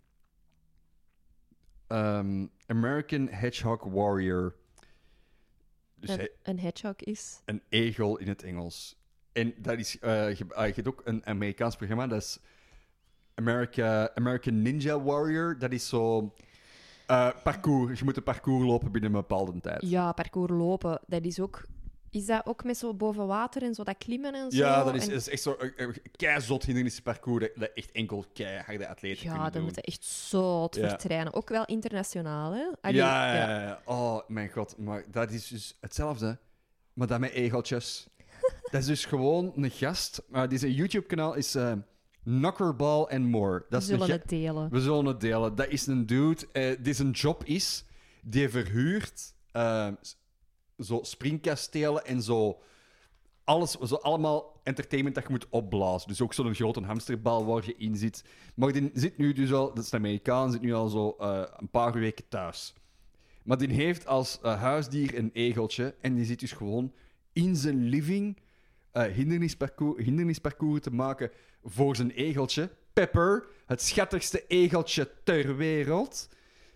Um, American Hedgehog Warrior. Dus een, hij, een hedgehog is... een egel in het Engels. En dat is, uh, je, uh, je hebt ook een Amerikaans programma, dat is America, American Ninja Warrior. Dat is zo... Uh, parcours. Je moet een parcours lopen binnen een bepaalde tijd. Ja, parcours lopen. Dat is ook... Is dat ook met zo boven water en zo dat klimmen en zo? Ja, dat is, en... is echt zo een, een keizot hindernisparcours dat, dat echt enkel keiharde atleten Ja, kunnen dat doen. moet je echt zo Ja. vertrainen. Ook wel internationaal, hè? Allee, ja, ja, ja, ja. Oh, mijn god. Maar dat is dus hetzelfde. Maar dan met egeltjes. Dat is dus gewoon een gast. Uh, die zijn YouTube-kanaal is uh, Knockerball and More. Dat We is zullen een het delen. We zullen het delen. Dat is een dude uh, die zijn job is, die verhuurt uh, zo springkastelen en zo alles, zo allemaal entertainment dat je moet opblazen. Dus ook zo'n grote hamsterbal waar je in zit. Maar die zit nu dus al, dat is een Amerikaan, zit nu al zo uh, een paar weken thuis. Maar die heeft als uh, huisdier een egeltje en die zit dus gewoon in zijn living uh, hindernisparcours, hindernisparcours te maken voor zijn egeltje. Pepper, het schattigste egeltje ter wereld.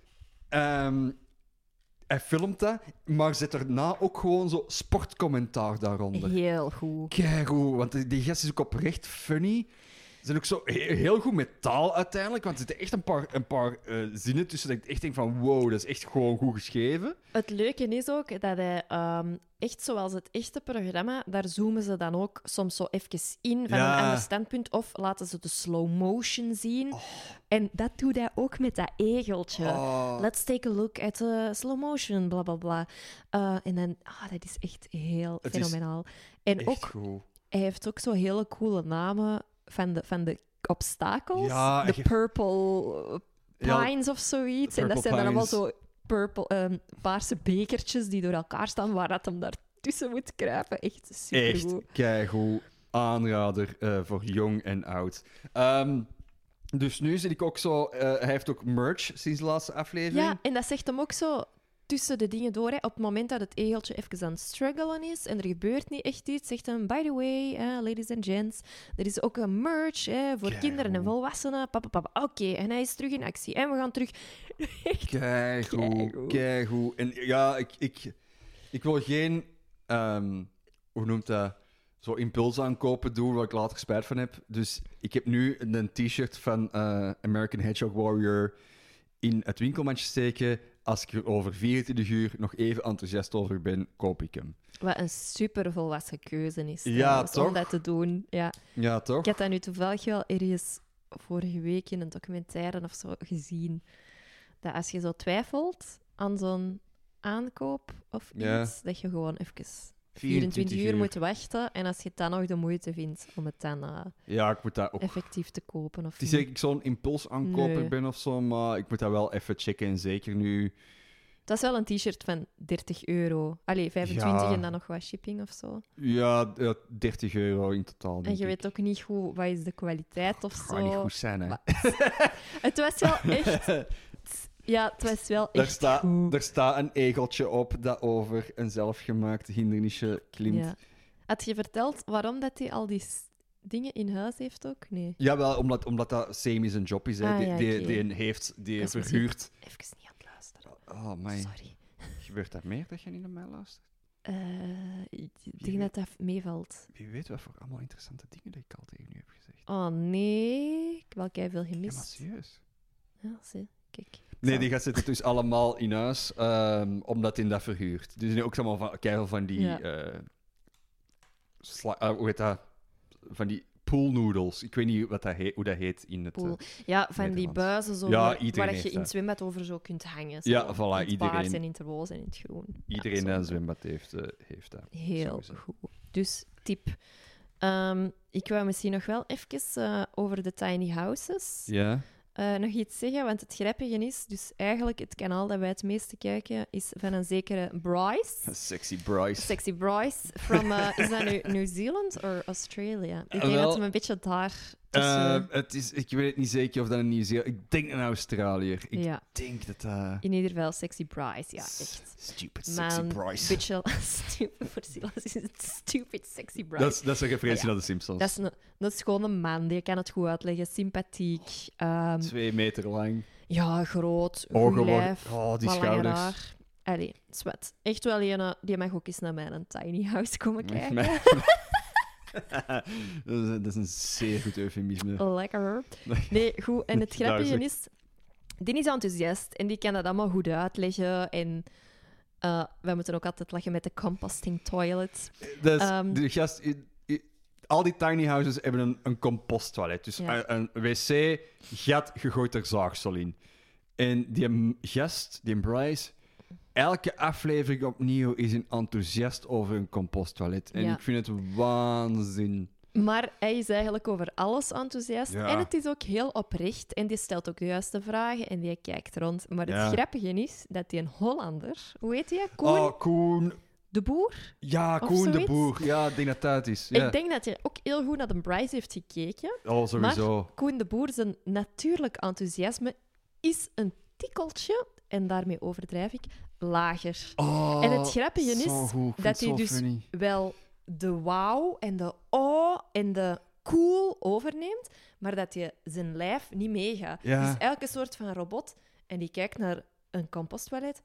Um, hij filmt dat, maar zet daarna ook gewoon zo sportcommentaar daaronder. Heel goed. Keigoed, want die, die gast is ook oprecht funny. Ze zijn ook zo he- heel goed met taal uiteindelijk, want er zitten echt een paar, een paar uh, zinnen tussen dat ik echt denk van wow, dat is echt gewoon goed geschreven. Het leuke is ook dat hij, um, echt zoals het echte programma, daar zoomen ze dan ook soms zo even in van Ja. een ander standpunt of laten ze de slow motion zien. Oh. En dat doet hij ook met dat egeltje. Oh. Let's take a look at the slow motion, bla bla bla. Uh, en dan, ah, dat is echt heel Het fenomenaal. En Echt ook, goed. hij heeft ook zo hele coole namen van de, van de obstakels. Ja, de je- Purple Pines Ja, of zoiets. de En dat Purple zijn dan allemaal Pines. zo purple, um, paarse bekertjes die door elkaar staan, waar dat hem daartussen moet kruipen. Echt supergoed. Echt keigoed. Aanrader uh, voor jong en oud. Um, dus nu zit ik ook zo... Uh, hij heeft ook merch sinds de laatste aflevering. Ja, en dat zegt hem ook zo tussen de dingen door. Hè. Op het moment dat het egeltje even aan het struggelen is en er gebeurt niet echt iets, zegt hem, by the way, eh, ladies and gents, er is ook een merch hè, voor Keigoed. kinderen en volwassenen. Papa, papa. Oké, okay. En hij is terug in actie. En we gaan terug... Echt Keigoed, keigoed. keigoed. En ja, ik, ik, ik wil geen... Um, hoe noemt dat? Zo impuls aankopen doen waar ik later spijt van heb. Dus ik heb nu een t-shirt van uh, American Hedgehog Warrior in het winkelmandje steken. Als ik er over vierentwintig uur nog even enthousiast over ben, koop ik hem. Wat een super volwassen keuze is. Ja, trouwens, toch? Om dat te doen. Ja. Ja, toch? Ik had dat nu toevallig wel ergens vorige week in een documentaire of zo gezien. Dat als je zo twijfelt aan zo'n aankoop of iets, Ja. dat je gewoon even vierentwintig uur moet wachten. En als je dan nog de moeite vindt om het dan uh, Ja, ik moet dat ook... effectief te kopen. Of Het is niet. dat ik zo'n impulsaankoper Nee. ben of zo, maar ik moet dat wel even checken. En zeker nu... Dat is wel een t-shirt van dertig euro. Allee, vijfentwintig Ja. en dan nog wat shipping of zo. Ja, ja, dertig euro in totaal. En denk je ik. weet ook niet goed wat is de kwaliteit of Het zo. gaat niet goed zijn, hè. Maar- Het was wel echt... Ja, het was wel Er echt staat, goed. er staat een egeltje op dat over een zelfgemaakt hindernisje klimt. Ja. Had je verteld waarom dat hij al die s- dingen in huis heeft ook? Nee. Jawel, omdat, omdat dat semi zijn job is. Hè. Ah, die, ja, die, oké. die heeft, die Dat is verhuurt... Even niet aan het luisteren. Oh, my. Sorry. Gebeurt dat meer dat je niet naar mij luistert? Eh, ik weet- denk dat dat meevalt. Wie weet wat voor allemaal interessante dingen dat ik al tegen u heb gezegd. Oh nee, ik heb wel keiveel Ja, maar gemist. serieus. Ja, zie. Kijk. Nee, Zo. die gaat zitten dus allemaal in huis, um, omdat hij dat verhuurt. Dus ook allemaal van, keihard van die... Ja. eh, sla- uh, hoe heet dat? Van die poolnoodles. Ik weet niet wat dat heet, hoe dat heet in het... Pool. eh, Ja, van die Nederlands. buizen zo Ja, waar- iedereen waar heeft je in het dat. zwembad over zo kunt hangen. Zo. Ja, voilà, In het iedereen- paars en in het roze en in het groen. Ja, iedereen zo. die een zwembad heeft, uh, heeft dat. Heel sowieso. goed. Dus tip. Um, ik wou misschien nog wel even uh, over de tiny houses. Ja? uh, nog iets zeggen, want het grappige is, dus eigenlijk het kanaal dat wij het meeste kijken, is van een zekere Bryce. Sexy Bryce. Sexy Bryce. From, uh, is dat nu New Zealand of Australia? Ik denk Uh, wel, dat hem een beetje daar tussen... Uh, het is, ik weet niet zeker of dat een Nieuw-Zeeland... Ik denk een Australiër. Ik ja. denk dat dat... Uh... In ieder geval Sexy Bryce, ja, echt. Stupid Sexy Man, Bryce. Beetje... stupid voor Silas is het Stupid Sexy Bryce. Dat is, dat is een referentie ja. naar de Simpsons. Dat is, een, dat is gewoon een man, die kan het goed uitleggen. Sympathiek. Um, Twee meter lang. Ja, groot. Ogen Goed worden... lijf. Oh, die maar langer schouders. haar. Allee, zwet. Echt wel een, die mag ook eens naar mijn tiny house komen kijken. dat, is, dat is een zeer goed eufemisme. Lekker. Nee, goed. En het grappige Duizelig. is, die is enthousiast en die kan dat allemaal goed uitleggen. En uh, wij moeten ook altijd lachen met de composting toilet. Dus, Um, de gast... I, I, al die tiny houses hebben een, een composttoilet. Dus Ja. een, een wc, gat, je gooit er zaagsel in. En die m- gast, die Bryce... Elke aflevering opnieuw is een enthousiast over een composttoilet. En Ja. ik vind het waanzin. Maar hij is eigenlijk over alles enthousiast. Ja. En het is ook heel oprecht. En die stelt ook de juiste vragen en die kijkt rond. Maar het Ja. grappige is dat die een Hollander... Hoe heet hij? Koen Oh, Koen. de Boer? Ja, Of Koen de zoiets. Boer. Ja, ik denk dat dat het is. Ja. Ik denk dat hij ook heel goed naar de Bryce heeft gekeken. Oh, sowieso. Maar Koen de Boer, zijn natuurlijk enthousiasme is een tikkeltje, en daarmee overdrijf ik, lager. Oh, En het grappige is zo goed. Ik vind dat het hij zo dus funny. wel de wauw en de oh en de cool overneemt, maar dat je zijn lijf niet meegaat. Ja. Dus elke soort van robot, en die kijkt naar een composttoilet.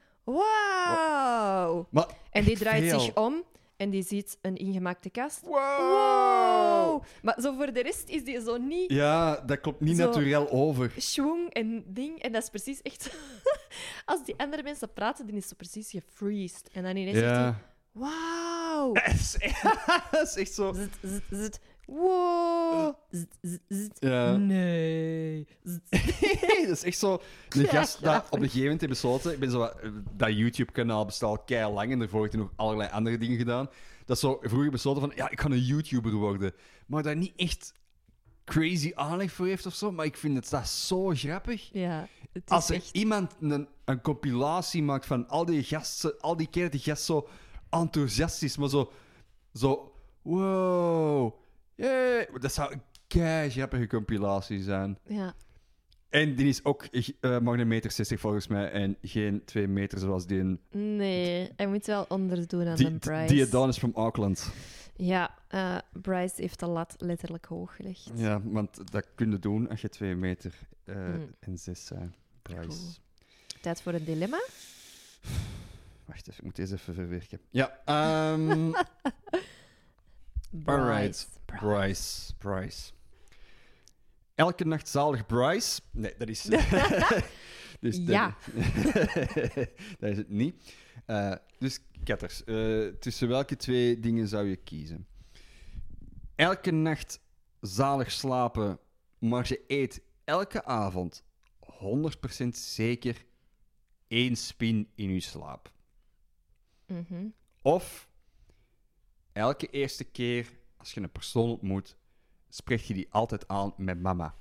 Wauw! Maar En die echt draait veel. zich om en die ziet een ingemaakte kast. Wow. Wow! Maar zo voor de rest is die zo niet Ja, dat klopt niet Zo. natuurlijk over. schwung en ding. En dat is precies echt... Als die andere mensen praten, dan is zo precies gefreezed. En dan ineens zegt hij... Ja. Wauw! Dat is echt- dat is echt zo. Zit, zit, zit. Wow! Zit, zit, zit. Ja. Nee. Zit. dat is echt zo. Een Ja, gast dat grappig. op een gegeven moment heeft besloten. Ik ben zo, wat- dat YouTube-kanaal bestaat al kei lang en daarvoor heeft hij nog allerlei andere dingen gedaan. Dat zo vroeger besloten van ja, ik ga een YouTuber worden. Maar daar niet echt crazy aanleg voor heeft of zo. Maar ik vind het dat zo grappig. Ja, het is Als er echt... iemand een, een compilatie maakt van al die gasten, al die keer die gast zo enthousiast is, maar zo, zo wow, yeah. Dat zou een kei grappige compilatie zijn. Ja. En die is ook uh, maar een meter zestig volgens mij en geen twee meter zoals die een, Nee, hij moet wel onderdoen aan die, een Bryce. die Adonis from Auckland. Ja, uh, Bryce heeft de lat letterlijk hoog gelegd. Ja, want dat kun je doen als je twee meter uh, Mm. en zes bent. Bryce. Cool. Tijd voor een dilemma. Wacht even, ik moet deze even verwerken. Ja, um, Bryce. Alright. Bryce. Bryce. Bryce. Elke nacht zalig Bryce. Nee, dat is. dus Ja. Dat, dat is het niet. Uh, dus, katters, uh, tussen welke twee dingen zou je kiezen? Elke nacht zalig slapen, maar je eet elke avond honderd procent zeker één spin in je slaap. Mhm. Of elke eerste keer als je een persoon ontmoet, spreek je die altijd aan met mama.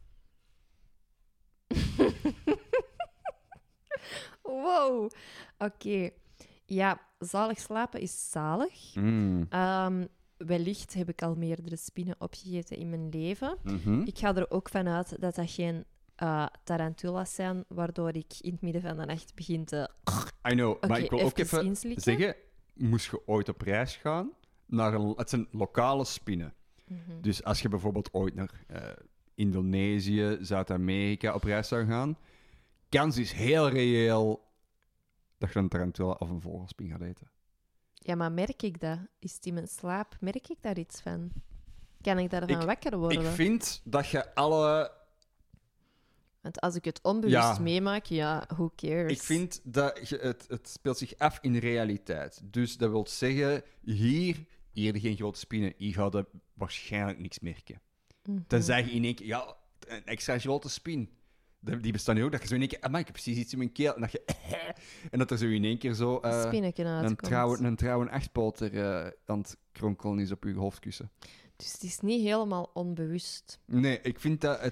Wow. Oké. Ja, zalig slapen is zalig. Mm. Um, wellicht heb ik al meerdere spinnen opgegeten in mijn leven. Mm-hmm. Ik ga er ook vanuit dat dat geen uh, tarantulas zijn, waardoor ik in het midden van de nacht begin te... I know, Oké, maar ik wil ook even inslikken. zeggen, moest je ooit op reis gaan naar een... Het zijn lokale spinnen. Mhm. Dus als je bijvoorbeeld ooit naar uh, Indonesië, Zuid-Amerika op reis zou gaan, kans is heel reëel dat je een tarantula of een vogelspin gaat eten. Ja, maar merk ik dat? Is het in mijn slaap? Merk ik daar iets van? Kan ik daarvan Ik- wakker worden? Ik vind dat je alle... Want als ik het onbewust Ja. meemaak, ja, who cares? Ik vind dat je, het, het speelt zich af in realiteit. Dus dat wil zeggen, hier, hier geen grote spinnen, hier ga je waarschijnlijk niks merken. Mhm. Tenzij je in één keer, ja, een extra grote spin. Die die bestaan nu ook, dat je zo in één keer, amai, ik heb precies iets in mijn keel. En dat, je, en dat er zo in één keer zo uh, Spinneken een, uitkomt. trouwe, een trouwe achtpoter uh, aan het kronkelen is op je hoofdkussen. Dus het is niet helemaal onbewust. Nee, ik vind dat het...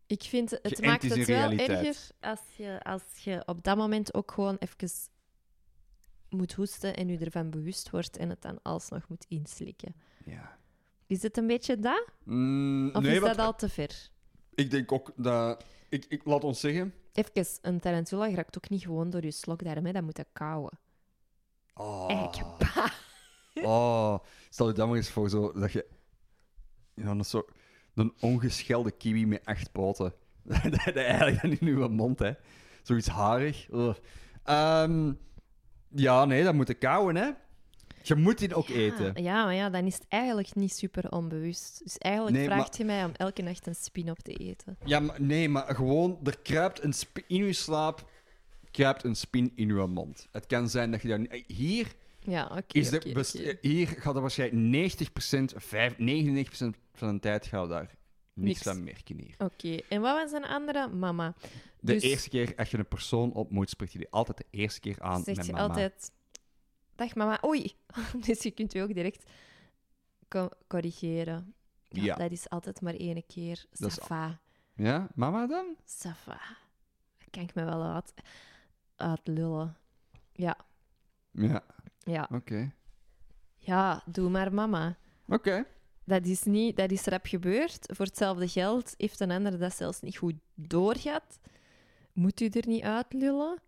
Ik vind, het Geënt maakt is het in wel realiteit. erger als je, als je op dat moment ook gewoon even moet hoesten en je ervan bewust wordt en het dan alsnog moet inslikken. Ja. Is het een beetje dat? Mm, Of nee, is want dat al te ver? ik denk ook dat... Ik, ik, laat ons zeggen... Even, een tarantula raakt ook niet gewoon door je slokdarm, hè. Dat moet je kauwen. Oh, Echt, bah. oh. Stel je dan maar eens voor zo, dat je... Ja, een, soort, een ongeschelde kiwi met acht poten. dat dat eigenlijk dan in je mond, hè. Zoiets harig. Ugh. Ehm, ja, nee, dat moet je kauwen, hè. Je moet die ook eten. Ja, maar ja, dan is het eigenlijk niet super onbewust. Dus eigenlijk Nee, vraagt maar- je mij om elke nacht een spin op te eten. Ja, maar, nee, maar gewoon... Er kruipt een spin... In je slaap kruipt een spin in je mond. Het kan zijn dat je daar... niet- Hier... Ja, oké. Is de oké, best- oké. Hier gaat er waarschijnlijk negentig procent, vijf- negenennegentig procent van de tijd gaat daar niks Niks. aan merken hier. Oké, en wat was een andere? Mama. De Dus eerste keer als je een persoon ontmoet, spreekt je die altijd de eerste keer aan zegt met je mama. altijd... Dag mama. Oei. Dus je kunt je ook direct co- corrigeren. Ja, Ja. Dat is altijd maar één keer. Dat is- Ça va. Ja, mama dan? Ça va. Dat kan ik me wel uit, uit lullen. Ja. Ja, Ja. oké. Ja, doe maar mama. Oké. Dat is, niet, dat is rap gebeurd. Voor hetzelfde geld heeft een ander dat zelfs niet goed doorgaat. Moet u er niet uitlullen?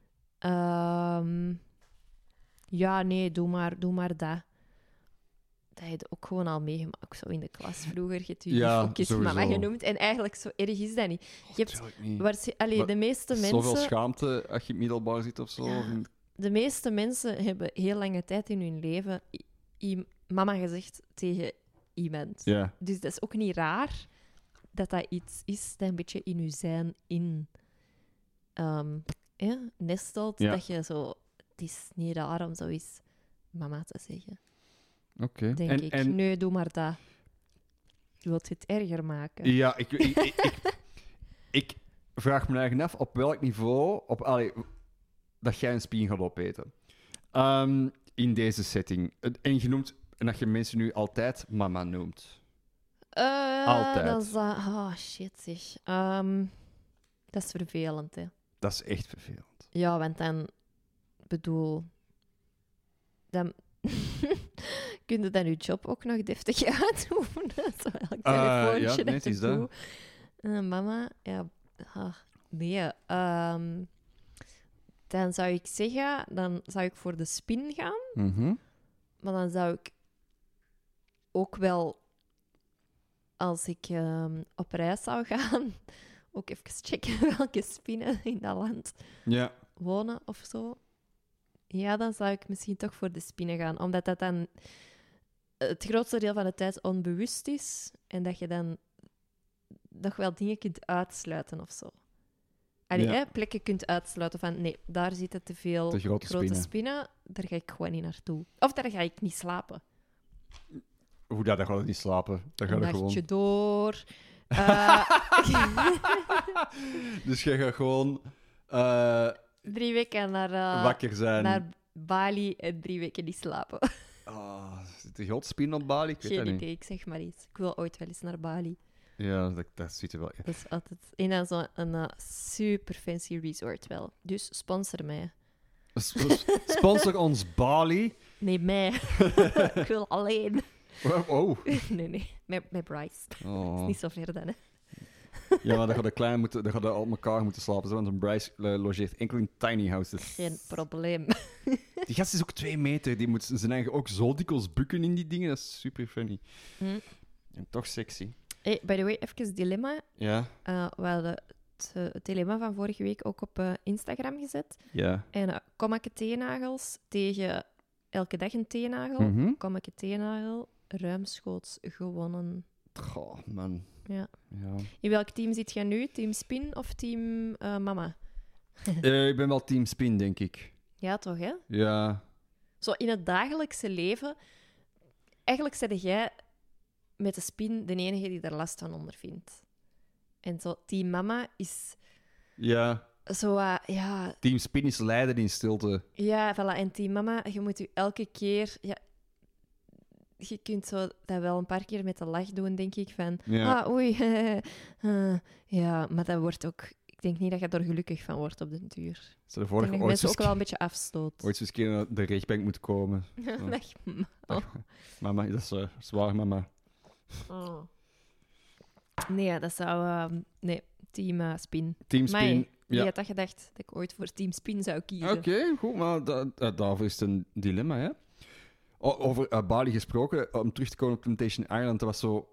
Ehm, ja, nee, doe maar, doe maar dat. Dat heb je ook gewoon al meegemaakt. Ook zo in de klas vroeger. Je hebt je Ja, focus sowieso. mama genoemd. En eigenlijk zo erg is dat niet. Je hebt, Tuurlijk niet. waarsch- allee, Maar de meeste Zoveel mensen... schaamte als je in het middelbaar zit of zo. Ja. of in- De meeste mensen hebben heel lange tijd in hun leven i- i- mama gezegd tegen iemand. Ja. Dus dat is ook niet raar dat dat iets is dat een beetje in je zijn in ehm, ja, nestelt. Ja. Dat je zo... Het is niet raar om zoiets mama te zeggen, Oké. denk En, ik. en, Nee, doe maar dat. Je wilt het erger maken. Ja, ik, ik, ik, ik, ik vraag me eigen af op welk niveau op, allee, dat jij een spin gaat opeten. Ehm, in deze setting. En je noemt, en dat je mensen nu altijd mama noemt. Eh, Altijd. Dat is, dat- oh, shit zeg. Ehm, dat is vervelend, hè. Dat is echt vervelend. Ja, want dan... bedoel... Dan... kun je dan je job ook nog deftig uitoefenen? Zo elk Eh, telefoontje ja, nee, het is dat. naartoe. En mama, ja... ah, nee. ehm, dan zou ik zeggen... Dan zou ik voor de spin gaan. Mhm. Maar dan zou ik ook wel... Als ik ehm, op reis zou gaan... ook even checken welke spinnen in dat land Ja. wonen of zo. Ja, dan zou ik misschien toch voor de spinnen gaan. Omdat dat dan het grootste deel van de tijd onbewust is. En dat je dan nog wel dingen kunt uitsluiten of zo. Allee, Ja. hè, plekken kunt uitsluiten van... Nee, daar zitten te veel Te grote spinnen. spinnen. Daar ga ik gewoon niet naartoe. Of daar ga ik niet slapen. Hoe dat, dan gaat het niet slapen. Dan gaat Een het gewoon... nachtje door. Eh, Dus jij gaat gewoon eh, drie weken naar, eh, wakker zijn. naar Bali en drie weken niet slapen. Ah, zit de grote spin op Bali? Ik weet Geen dat niet. idee, ik zeg maar iets. Ik wil ooit wel eens naar Bali. Ja, dat, dat ziet er wel... Dat is altijd... En dan zo'n een, eh, super fancy resort wel. Dus sponsor mij. S- Sponsor ons Bali. Nee, mij. Ik wil alleen. Oh, oh. Nee, nee. Met, met Bryce. Oh. Niet zo ver dan, hè. Ja, maar dan gaat de klein moeten, dan gaat de op elkaar moeten slapen. zo, Want een Bryce eh, logeert enkel in tiny houses. Geen probleem. Die gast is ook twee meter. Die moet zijn eigen ook zo dikwijls bukken in die dingen. Dat is super funny. Hm. En toch sexy. Hey, by the way, even dilemma. Ja, Eh, we hadden het, eh, het dilemma van vorige week ook op eh, Instagram gezet. ja. En uh, kommake teennagels tegen elke dag een teennagel. Mhm. Kommake teennagel, ruimschoots gewonnen. Goh, man. Ja. Ja. In welk team zit jij nu? Team Spin of team eh, Mama? Eh, ik ben wel team spin, denk ik. Ja, toch, hè? Ja. Zo in het dagelijkse leven... Eigenlijk zeg jij met de spin de enige die er last van ondervindt. En zo, team Mama is Ja. zo... eh, ja, Team spin is lijden in stilte. ja, voilà. En team Mama, je moet je elke keer... Ja, je kunt zo dat wel een paar keer met de lach doen, denk ik. Van, Ja. ah, oei. uh, ja, maar dat wordt ook... Ik denk niet dat je er gelukkig van wordt op den duur. Stel je Ik voor denk dat dat je je ooit mensen eens ook wel een beetje afstoot. ooit eens een keer naar de rechtbank moet komen. Zo. Dag, ma- oh. Mama, dat is uh, zwaar, mama. Oh. Nee, dat zou... Uh, nee, Team uh, Spin. Team Spin. Amai, wie Ja. had dat gedacht? Dat ik ooit voor Team Spin zou kiezen. Oké, okay, goed, maar da, da, daarvoor is het een dilemma, hè? O, over uh, Bali gesproken, om terug te komen op Temptation Island, dat was zo...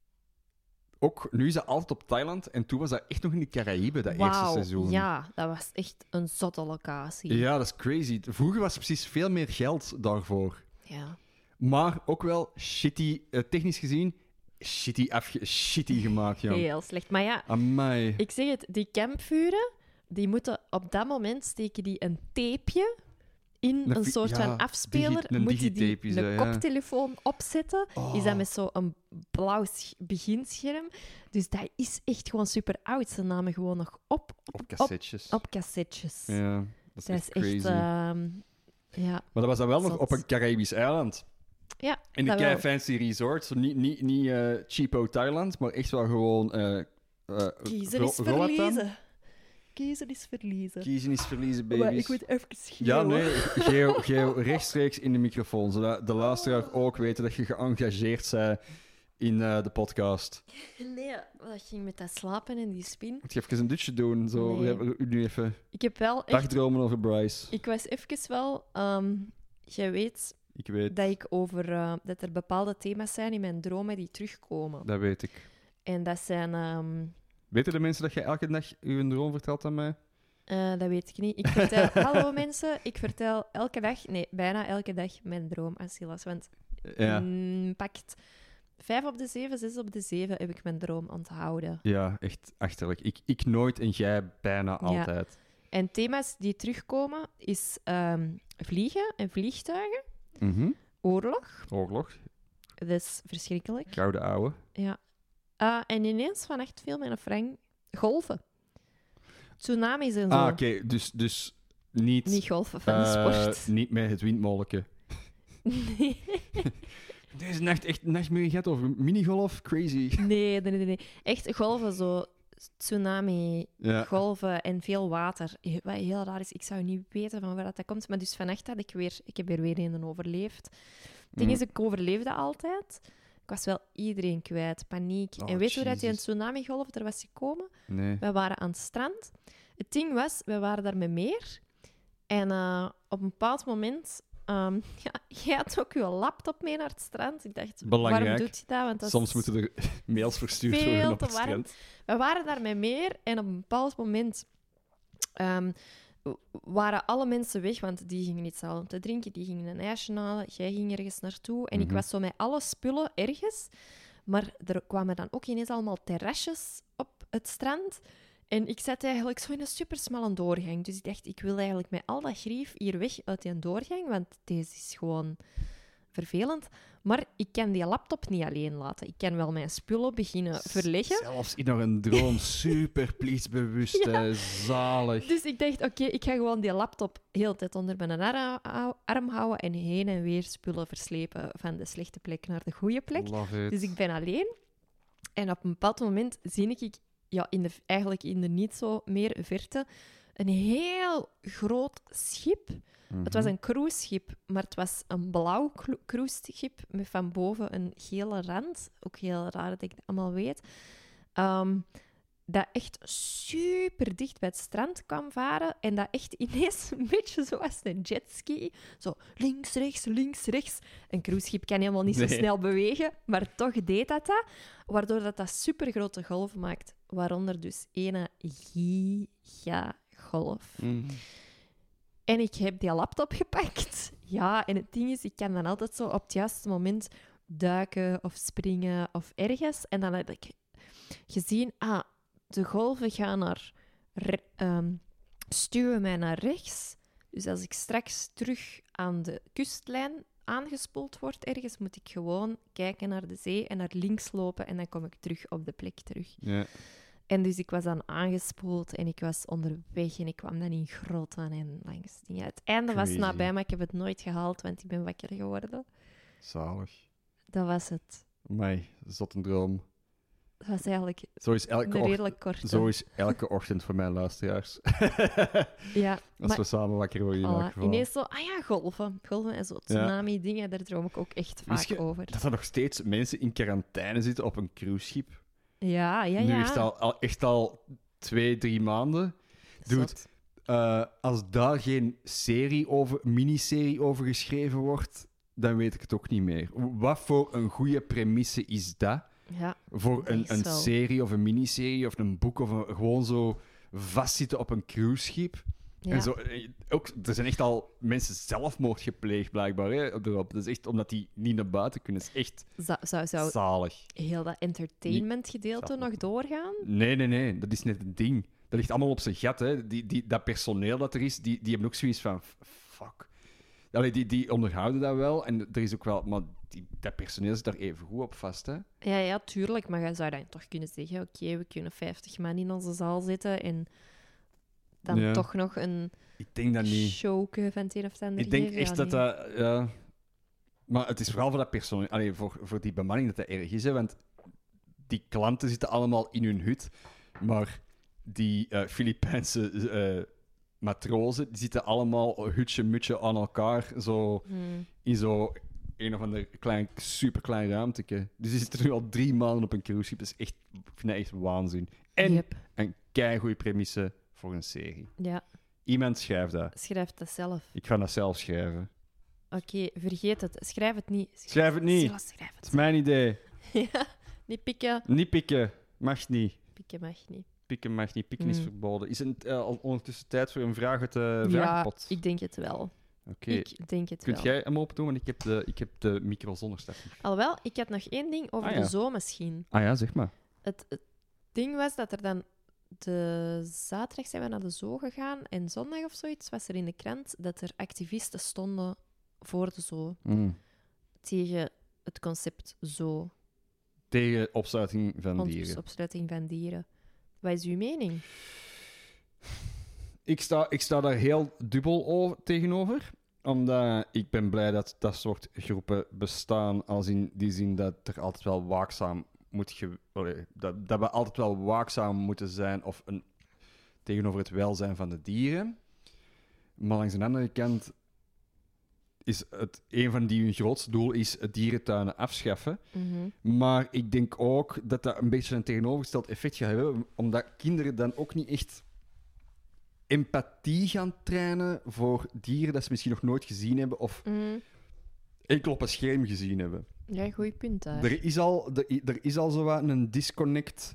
Ook, nu is dat altijd op Thailand, en toen was dat echt nog in de Caraïben, dat eerste Wauw, seizoen. ja, dat was echt een zotte locatie. Ja, dat is crazy. Vroeger was er precies veel meer geld daarvoor. Ja. Maar ook wel shitty, uh, technisch gezien, shitty, afge- shitty gemaakt, jong. Heel slecht. Maar ja, Amai. ik zeg het, die campvuren, die moeten op dat moment steken die een tapeje in Een een fi- soort ja, van afspeler. digi- een moet je die digitape is een dat, ja. koptelefoon opzetten. Oh. Is dat met zo'n blauw sch- beginscherm. Dus dat is echt gewoon super oud. Ze namen gewoon nog op op, Op cassettes. op, op cassettes. Ja, dat is Dat echt is echt... crazy. ehm, ja, Maar dat was dan wel nog zot. op een Caribisch eiland. ja, In de dat kei wel. fancy resort. Zo niet niet, niet eh, cheapo Thailand, maar echt wel gewoon... eh eh, Kiezen Ro- is Roatan. verliezen. Kiezen is verliezen. Kiezen is verliezen, Maar baby's. ik moet even Ja, schreeuwen. nee, Geo, Geo, rechtstreeks in de microfoon, zodat de luisteraar ook weten dat je geëngageerd bent in eh, de podcast. Nee, dat ging met dat slapen en die spin. Moet je even een dutje doen? Zo, Nee. we hebben nu even Ik heb wel echt... dagdromen over Bryce. Ik was even wel... ehm jij weet Ik weet, dat ik over... eh, dat er bepaalde thema's zijn in mijn dromen die terugkomen. dat weet ik. En dat zijn... ehm, Weten de mensen dat je elke dag je droom vertelt aan mij? eh, dat weet ik niet. Ik vertel... Hallo mensen, ik vertel elke dag... Nee, bijna elke dag mijn droom aan Silas. Want Ja, mm, pakt... Vijf op de zeven, zes op de zeven heb ik mijn droom onthouden. ja echt achterlijk. Ik, ik nooit en jij bijna Ja. altijd. En thema's die terugkomen is ehm, vliegen en vliegtuigen, Mhm. oorlog. Oorlog, Dat is verschrikkelijk. gouden ouwe. Ja. Ah, en ineens vannacht viel mijn Frank golven. Tsunamis en zo. Ah, oké. Dus, dus niet, Niet golven van de eh, sport. niet met het windmolletje. Nee. Deze nacht echt nachtmerrie gehad over minigolf. Crazy. nee, nee, nee, nee. Echt golven, zo tsunami, Ja. golven en veel water. He- Wat heel raar is, ik zou niet weten van waar dat, dat komt. Maar dus vannacht had ik weer... Ik heb er weer een overleefd. Het ding Mm. is, ik overleefde altijd. Ik was wel iedereen kwijt, paniek. Oh, en weet je hoe dat die een Jezus. tsunamigolf er was gekomen? Nee. We waren aan het strand. Het ding was, we waren daar met meer. En eh, op een bepaald moment... ehm, ja, jij had ook je laptop mee naar het strand. Ik dacht, Belangrijk. waarom doet je dat? Want dat Soms is moeten er mails verstuurd veel worden op te het warm. strand. We waren daar met meer en op een bepaald moment ehm, w- waren alle mensen weg, want die gingen iets halen om te drinken, die gingen een ijsje halen, jij ging ergens naartoe. En ik Mhm. was zo met alle spullen ergens, maar er kwamen dan ook ineens allemaal terrasjes op het strand. En ik zat eigenlijk zo in een supersmalle doorgang. Dus ik dacht, ik wil eigenlijk met al dat grief hier weg uit die doorgang, want deze is gewoon vervelend. Maar ik kan die laptop niet alleen laten. Ik kan wel mijn spullen beginnen verleggen. Zelfs in nog een droom. Super plichtbewust. hè. Zalig. Dus ik dacht, oké, ik ga gewoon die laptop heel de tijd onder mijn arm, hou- arm houden en heen en weer spullen verslepen van de slechte plek naar de goede plek. Love it. Dus ik ben alleen. En op een bepaald moment zie ik, ja, in de, eigenlijk in de niet zo meer verte, een heel groot schip. Het was Mhm. een cruiseschip, maar het was een blauw cru- cruiseschip met van boven een gele rand. Ook heel raar dat ik dat allemaal weet. Ehm, dat echt super dicht bij het strand kwam varen en dat echt ineens een beetje zoals een jetski. Zo links, rechts, links, rechts. Een cruiseschip kan helemaal niet zo Nee. snel bewegen, maar toch deed dat dat. Waardoor dat, dat supergrote golven maakt. Waaronder dus ene gigagolf. Mhm. En ik heb die laptop gepakt. Ja, en het ding is, ik kan dan altijd zo op het juiste moment duiken of springen of ergens. En dan heb ik gezien, ah, de golven gaan naar... re- ehm, stuwen mij naar rechts. Dus als ik straks terug aan de kustlijn aangespoeld word ergens, moet ik gewoon kijken naar de zee en naar links lopen en dan kom ik terug op de plek terug. Ja. En dus ik was dan aangespoeld en ik was onderweg en ik kwam dan in grotten en langs dingen. Het einde was Crazy. nabij, maar ik heb het nooit gehaald, want ik ben wakker geworden. Zalig. Dat was het. Amai, zot een droom. Dat was eigenlijk Zo is elke, een ochtend, redelijk korte. zo is elke ochtend voor mijn luisteraars. Ja, Als maar we samen wakker worden in elk voilà, geval. ineens zo... Ah ja, golven. Golven en zo tsunami-dingen, daar droom ik ook echt vaak Wist je over. dat er nog steeds mensen in quarantaine zitten op een cruiseschip? Ja, ja, Nu ja. echt al, al, echt al twee, drie maanden. Dude, Zot. Uh, als daar geen serie over, miniserie over geschreven wordt, dan weet ik het ook niet meer. Wat voor een goede premisse is dat? Ja, Voor een, dat is een wel. serie of een miniserie of een boek of een, gewoon zo vastzitten op een cruiseschip. ja. En zo, eh, ook, er zijn echt al mensen zelfmoord gepleegd, blijkbaar, hè, erop. Dat is echt omdat die niet naar buiten kunnen. Dat is echt Zou, zou, zou zalig. heel dat entertainment-gedeelte Zou- nog doorgaan? Nee, nee, nee. Dat is net het ding. Dat ligt allemaal op zijn gat. Hè. Die, die, dat personeel dat er is, die, die hebben ook zoiets van... f- Fuck. Allee, die, die onderhouden dat wel. En er is ook wel... Maar die, dat personeel zit daar even goed op vast, hè. Ja, ja, tuurlijk. Maar je zou dan toch kunnen zeggen... Oké, we kunnen vijftig man in onze zaal zitten en dan Ja. toch nog een Ik denk dat niet. showke van het een of het ander Ik denk geven. echt Ja, dat nee. dat... Ja. Maar het is vooral voor dat personeel... Allee, voor, voor die bemanning dat dat erg is, hè. Want die klanten zitten allemaal in hun hut. Maar die eh, Filipijnse eh, matrozen, die zitten allemaal hutje-mutje aan elkaar. Zo... Hmm. in zo een of ander klein, superklein ruimteke. Dus die zitten nu al drie maanden op een cruiseschip. Dat is echt, ik vind dat echt waanzin. En Yep. een keigoede premisse voor een serie. Ja, Iemand schrijft dat. schrijf dat zelf. Ik ga dat zelf schrijven. Oké, vergeet het. Schrijf het niet. Schrijf het niet. Silas, schrijf Het het. is mijn idee. Ja, niet pikken. Niet pikken. Mag niet. Pikken mag niet. Pikken mag niet. Pikken is Mm. verboden. Is het uh, al ondertussen tijd voor een vraag uit de Ja, vragenpot? ik denk het wel. Oké. Ik denk het Kunt wel. jij hem open doen? Want ik heb de, ik heb de micro zonder starter. Alhoewel, ik had nog één ding over Ah, ja. de zoo misschien. Ah ja, zeg maar. Het, het ding was dat er dan... De zaterdag zijn we naar de zoo gegaan en zondag of zoiets was er in de krant dat er activisten stonden voor de zoo Mm. tegen het concept zoo, Tegen opsluiting van ons- dieren. opsluiting van dieren. Wat is uw mening? Ik sta, ik sta daar heel dubbel over, tegenover. Omdat ik ben blij dat dat soort groepen bestaan. Als in die zin dat er altijd wel waakzaam moet ge, allee, dat, dat we altijd wel waakzaam moeten zijn of een, tegenover het welzijn van de dieren. Maar langs de andere kant is het een van die hun grootste doel is het dierentuinen afschaffen. Mhm. Maar ik denk ook dat dat een beetje een tegenovergesteld effect gaat hebben, omdat kinderen dan ook niet echt empathie gaan trainen voor dieren dat ze misschien nog nooit gezien hebben of Mhm. enkel op een scherm gezien hebben. Ja, goed punt daar. Er is al, er, er is al zo wat een disconnect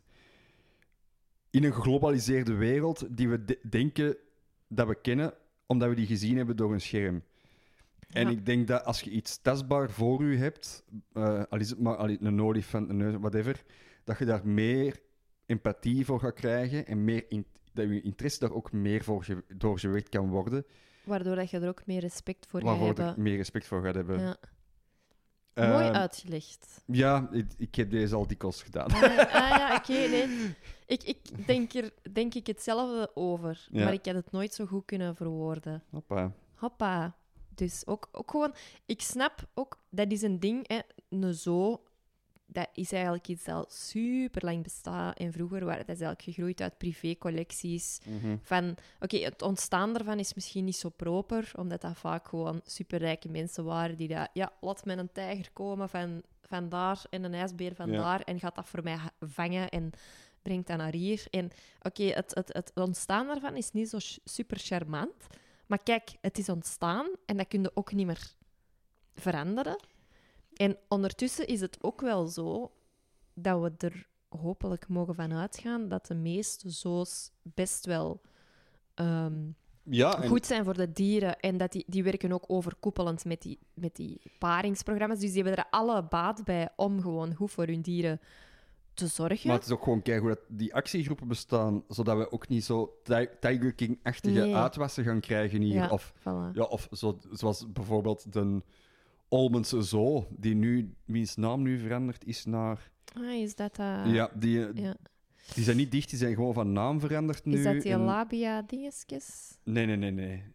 in een geglobaliseerde wereld die we de- denken dat we kennen, omdat we die gezien hebben door een scherm. En Ja. ik denk dat als je iets tastbaar voor je hebt, eh, al is het maar al een olifant, een neus, whatever, dat je daar meer empathie voor gaat krijgen en meer in, dat je interesse daar ook meer voor ge, door gewekt kan worden, Waardoor dat je er ook meer respect voor gaat waarvoor hebben. je meer respect voor gaat hebben. Ja. Ehm, Mooi uitgelegd. Ja, ik, ik heb deze al dikwijls gedaan. Ah, ah, ja, oké, nee. Ik, ik denk er denk ik hetzelfde over, Ja. maar ik had het nooit zo goed kunnen verwoorden. Hoppa. Hoppa. Dus ook, ook gewoon... Ik snap ook, dat is een ding, hè, een zoo, dat is eigenlijk iets dat super lang bestaat. En vroeger waren dat is eigenlijk gegroeid uit privécollecties. Mhm. Van, oké, het ontstaan daarvan is misschien niet zo proper, omdat dat vaak gewoon superrijke mensen waren die dat... Ja, laat met een tijger komen van, van daar en een ijsbeer van Ja. daar en gaat dat voor mij ha- vangen en brengt dat naar hier. En oké, het, het, het ontstaan daarvan is niet zo ch- super charmant, maar kijk, het is ontstaan en dat kun je ook niet meer veranderen. En ondertussen is het ook wel zo dat we er hopelijk mogen van uitgaan dat de meeste zoos best wel ehm, Ja, en goed zijn voor de dieren. En dat die, die werken ook overkoepelend met die, met die paringsprogramma's. Dus die hebben er alle baat bij om gewoon goed voor hun dieren te zorgen. maar het is ook gewoon kijken hoe dat die actiegroepen bestaan, zodat we ook niet zo Ti- Tiger King-achtige Nee. uitwassen gaan krijgen hier. Ja, Of, voilà. ja, of zo, zoals bijvoorbeeld de Olmense Zoo, die nu, wiens naam nu veranderd is naar... Ah, is dat dat... Ja, die, Ja. die zijn niet dicht, die zijn gewoon van naam veranderd nu. Is dat die en- labia-dingetjes? Nee, nee, nee, nee.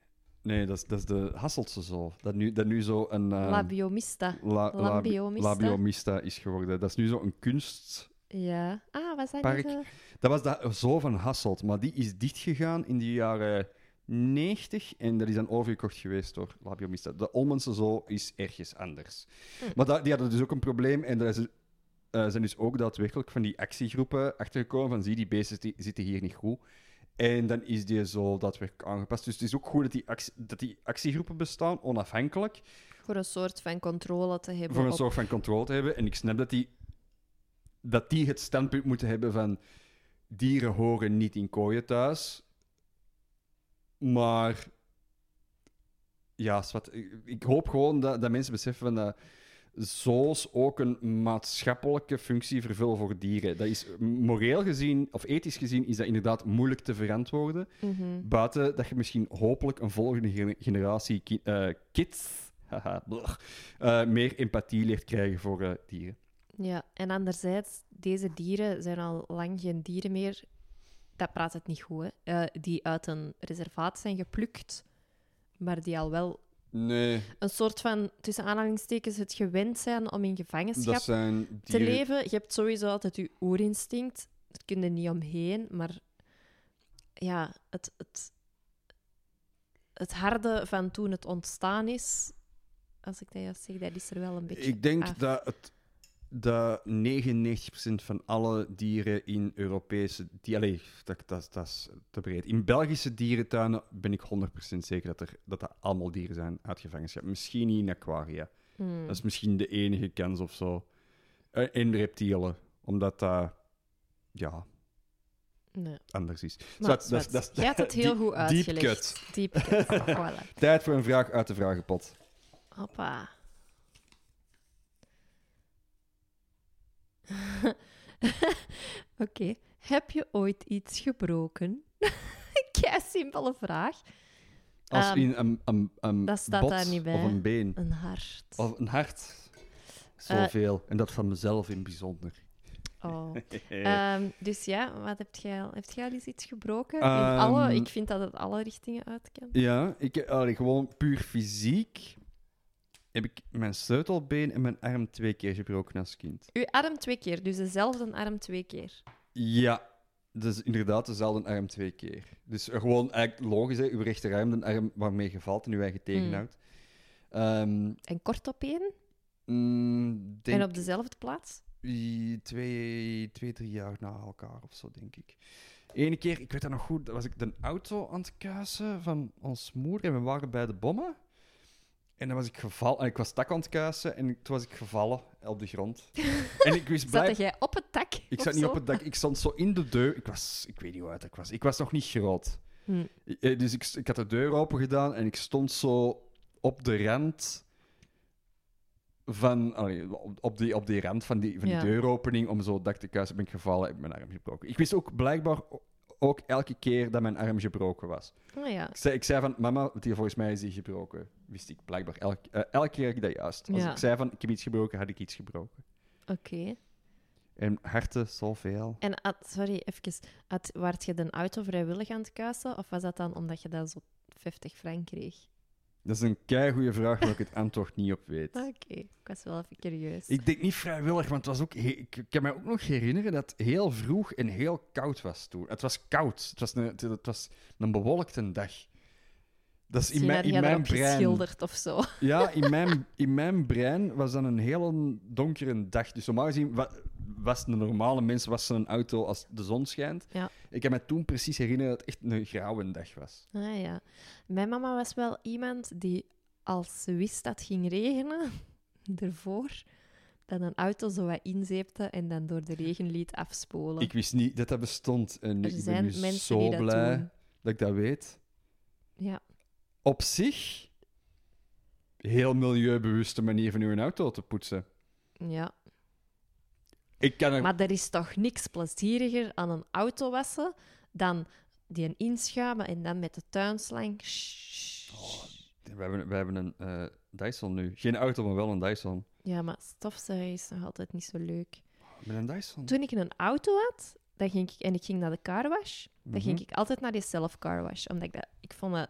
Nee, dat is, dat is de Hasseltse zo. Dat nu, dat nu zo een... Uh, Labiomista. la, Labiomista. Labiomista is geworden. Dat is nu zo een kunst... Ja. Ah, was dat Park. niet zo? Dat was dat zo van Hasselt, maar die is dichtgegaan in de jaren negentig en dat is dan overgekocht geweest door Labiomista. De Olmense Zoo is ergens anders. Hm. Maar dat, die hadden dus ook een probleem en daar is, uh, zijn dus ook daadwerkelijk van die actiegroepen achtergekomen van zie, die beesten die zitten hier niet goed. En dan is die zo daadwerkelijk aangepast. Dus het is ook goed dat die, actie, dat die actiegroepen bestaan, onafhankelijk. Voor een soort van controle te hebben. Voor een op... soort van controle te hebben. En ik snap dat die, dat die het standpunt moeten hebben van dieren horen niet in kooien thuis. Maar ja, wat, ik hoop gewoon dat, dat mensen beseffen van dat zoos ook een maatschappelijke functie vervullen voor dieren. Dat is moreel gezien, of ethisch gezien, is dat inderdaad moeilijk te verantwoorden. Mm-hmm. Buiten dat je misschien hopelijk een volgende generatie ki- uh, kids haha, uh, meer empathie leert krijgen voor uh, dieren. Ja, en anderzijds, deze dieren zijn al lang geen dieren meer. Dat praat het niet goed, hè. Uh, die uit een reservaat zijn geplukt, maar die al wel nee. een soort van, tussen aanhalingstekens, het gewend zijn om in gevangenschap dat zijn dieren... te leven. Je hebt sowieso altijd je oerinstinct. Daar kun je niet omheen, maar ja, het, het, het harde van toen het ontstaan is, als ik dat juist zeg, dat is er wel een beetje Ik denk af. dat het dat negenennegentig procent van alle dieren in Europese... Die, allez, dat, dat, dat is te breed. In Belgische dierentuinen ben ik honderd procent zeker dat, er, dat dat allemaal dieren zijn uit gevangenschap. Misschien niet in aquaria. Hmm. Dat is misschien de enige kans of zo. Uh, en reptielen. Omdat dat... ja... Nee. anders is. Maar, Zo, dat, dat, je hebt het heel diep, goed uitgelegd. Deep cut. Deep cut. Voilà. Tijd voor een vraag uit de vragenpot. Hoppa. Oké. Okay. Heb je ooit iets gebroken? Kei simpele vraag. Als um, in een, een, een dat staat bot daar niet bij. of een been. Een hart. Of een hart. Zoveel. Uh, en dat van mezelf in bijzonder. Oh. um, dus ja, wat heb jij al? Heb jij al eens iets gebroken? Um, in alle, ik vind dat het alle richtingen uit kan. Ja, ik, allee, gewoon puur fysiek heb ik mijn sleutelbeen en mijn arm twee keer gebroken als kind. Uw arm twee keer, dus dezelfde arm twee keer. Ja, dus inderdaad dezelfde arm twee keer. Dus gewoon eigenlijk logisch, hè, uw rechterarm, de arm waarmee je valt en je eigen tegenhoudt. Mm. Um, en kort op één? Mm, denk... En op dezelfde plaats? Twee, twee, drie jaar na elkaar of zo, denk ik. Ene keer, ik weet dat nog goed, was ik de auto aan het kuisen van ons moeder en we waren bij de bommen. En dan was ik gevallen, ik was tak aan het kuisen en toen was ik gevallen op de grond. En ik wist blij... Zat jij op het dak? Ik zat niet zo? op het dak, ik stond zo in de deur. Ik was, ik weet niet hoe oud ik was. Ik was nog niet groot. Hm. Dus ik, ik had de deur open gedaan en ik stond zo op de rand van, allee, op, die, op die rand van die, van die ja. deuropening om zo het dak te kuisen, ben ik gevallen en mijn arm gebroken. Ik wist ook blijkbaar ook elke keer dat mijn arm gebroken was. Oh ja. ik, zei, ik zei van, mama, die, volgens mij is die gebroken. Wist ik blijkbaar. Elk, uh, elke keer had ik dat juist. Als ja. ik zei van, ik heb iets gebroken, had ik iets gebroken. Oké. Okay. En harten, zoveel. En, at, sorry, even. At, waart je de auto vrijwillig aan het kuisen? Of was dat dan omdat je dat zo vijftig frank kreeg? Dat is een keigoeie vraag waar ik het antwoord niet op weet. Oké, okay. Ik was wel even curieus. Ik denk niet vrijwillig, want het was ook he- ik kan me ook nog herinneren dat het heel vroeg en heel koud was toen. Het was koud. Het was een, het was een bewolkte dag. Dat is in, mijn, in mijn brein. Geschilderd of zo. Ja, in mijn, in mijn brein was dat een hele donkere dag. Dus normaal gezien was de normale mens was een auto als de zon schijnt. Ja. Ik kan me toen precies herinneren dat het echt een grauwe dag was. Ah ja. Mijn mama was wel iemand die, als ze wist dat het ging regenen, ervoor, dat een auto zo wat inzeepte en dan door de regen liet afspolen. Ik wist niet dat dat bestond. En er ik zijn ben nu mensen zo die dat blij doen. dat ik dat weet. Ja. Op zich, heel milieubewuste manier van uw auto te poetsen. Ja. Ik kan er... Maar er is toch niks plezieriger aan een auto wassen dan die een inschuimen en dan met de tuinslang. Oh, we, hebben, we hebben een uh, Dyson nu. Geen auto, maar wel een Dyson. Ja, maar stofzuigen is nog altijd niet zo leuk. Met een Dyson? Toen ik een auto had, dan ging ik, en ik ging naar de carwash, dan mm-hmm. ging ik altijd naar die self-carwash. Omdat ik dat... Ik vond dat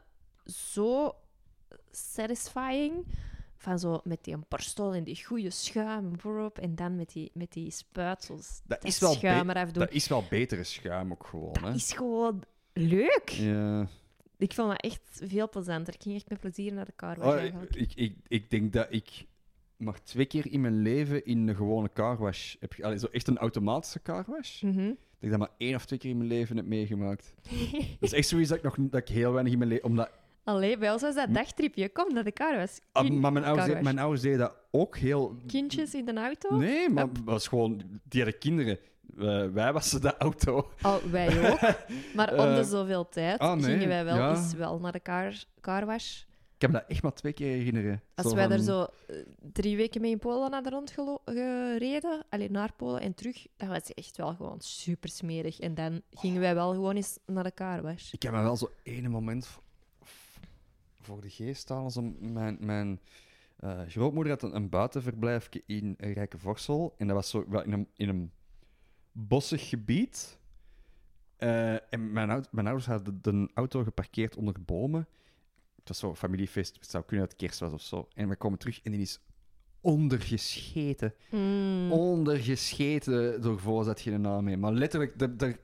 zo satisfying. Van zo met die borstel en die goede schuim erop. En dan met die, met die spuitsels. Dat is wel schuim be- eraf doen. Dat is wel betere schuim ook gewoon, hè? Dat is gewoon leuk. Ja. Ik vond dat echt veel plezanter. Ik ging echt met plezier naar de carwash Oh, eigenlijk. ik, ik, ik denk dat ik maar twee keer in mijn leven in een gewone carwash heb ge- allee, zo echt een automatische carwash. Mhm. Dat ik dat maar één of twee keer in mijn leven heb meegemaakt. Dat is echt zoiets dat ik nog dat ik heel weinig in mijn leven... Omdat, Allee, bij ons was dat dagtripje. Kom naar de carwash. ah, Kin- maar mijn ouders, carwash. mijn ouders deden dat ook heel... Kindjes in de auto? Nee, maar het was gewoon... Die hadden kinderen. Uh, wij wassen de auto. Oh, wij ook. Maar om de Eh, zoveel tijd ah, nee, gingen wij wel ja. eens wel naar de car, carwash. Ik heb me dat echt maar twee keer herinneren. Als Zo wij van- er zo eh, drie weken mee in Polen hadden rondgereden, alleen naar Polen en terug, dan was het echt wel gewoon super smerig. En dan gingen wij wel gewoon eens naar de carwash. Ik heb me wel zo ene moment v- v- voor de geest halen. Zo mijn mijn eh, grootmoeder had een, een buitenverblijfje in Rijkenvorsel. En dat was zo wel in een, in een bossig gebied. Eh, en mijn, oud- mijn ouders hadden de, de auto geparkeerd onder bomen. Het was zo'n familiefeest. Het zou kunnen dat het kerst was of zo. En we komen terug en die is ondergescheten. Mm. Ondergescheten door voor zat geen naam mee. Maar letterlijk, de, de,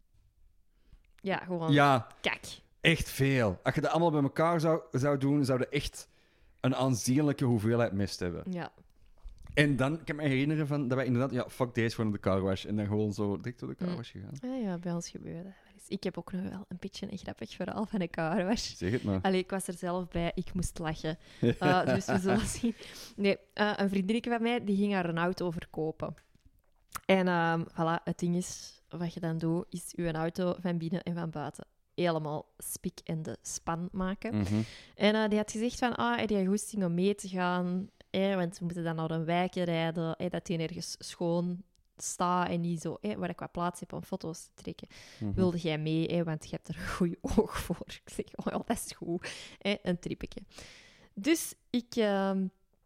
Ja, gewoon ja, kak. echt veel. Als je dat allemaal bij elkaar zou, zou doen, zouden echt een aanzienlijke hoeveelheid mist hebben. Ja. En dan kan ik me herinneren van, dat wij inderdaad, ja, fuck deze voor de carwash. En dan gewoon zo direct door de Mm. carwash gegaan. Ah ja, bij ons gebeurde dat wel eens. Ik heb ook nog wel een beetje een grappig verhaal van de carwash. Zeg het maar. Allee, ik was er zelf bij, ik moest lachen. Uh, dus we zullen zien. Nee, uh, een vriendinnetje van mij die ging haar een auto verkopen. En um, voilà, het ding is, wat je dan doet, is je auto van binnen en van buiten helemaal spik en de span maken. Mhm. En uh, die had gezegd van, ah, heb je goesting om mee te gaan? Eh, want we moeten dan naar een wijkje rijden, eh, dat die ergens schoon staat en niet zo, eh, waar ik wat plaats heb om foto's te trekken. Mhm. Wilde jij mee, eh, want je hebt er een goed oog voor. Ik zeg, oh ja, dat is goed. Eh, een trippetje. Dus ik, ehm,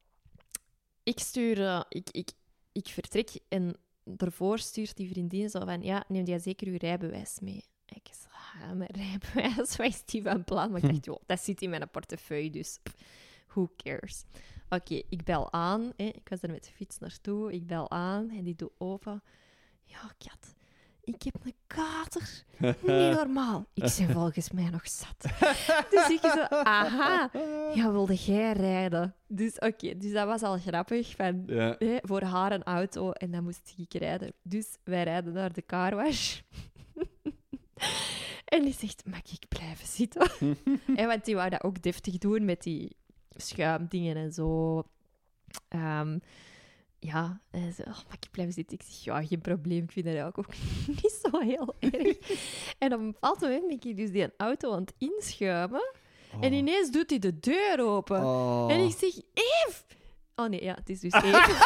ik stuur, eh, ik, ik, ik vertrek en daarvoor stuurt die vriendin zo van, ja, neem jij zeker uw rijbewijs mee? Ik zeg, ah, mijn rijbewijs, wat is die van plan? Maar ik dacht, joh, dat zit in mijn portefeuille, dus pff, who cares? Oké, ik bel aan. Hè. Ik was er met de fiets naartoe. Ik bel aan en die doet open. Ja, kat, ik heb een kater. Niet normaal. Ik ben volgens mij nog zat. Dus ik zo, aha, ja, wilde jij rijden? Dus oké, dus dat was al grappig. Van, Ja. hè, voor haar een auto en dan moest ik rijden. Dus wij rijden naar de carwash. En die zegt, mag ik blijven zitten? En want die wou dat ook deftig doen met die schuimdingen en zo. Ehm, ja, en ze, oh, mag ik blijven zitten? Ik zeg, ja, geen probleem. Ik vind dat eigenlijk ook niet zo heel erg. En op een bepaald moment ben ik dus die auto aan het inschuimen. En ineens doet hij de deur open. Oh. En ik zeg, Eve! Oh nee, ja, het is dus Eve.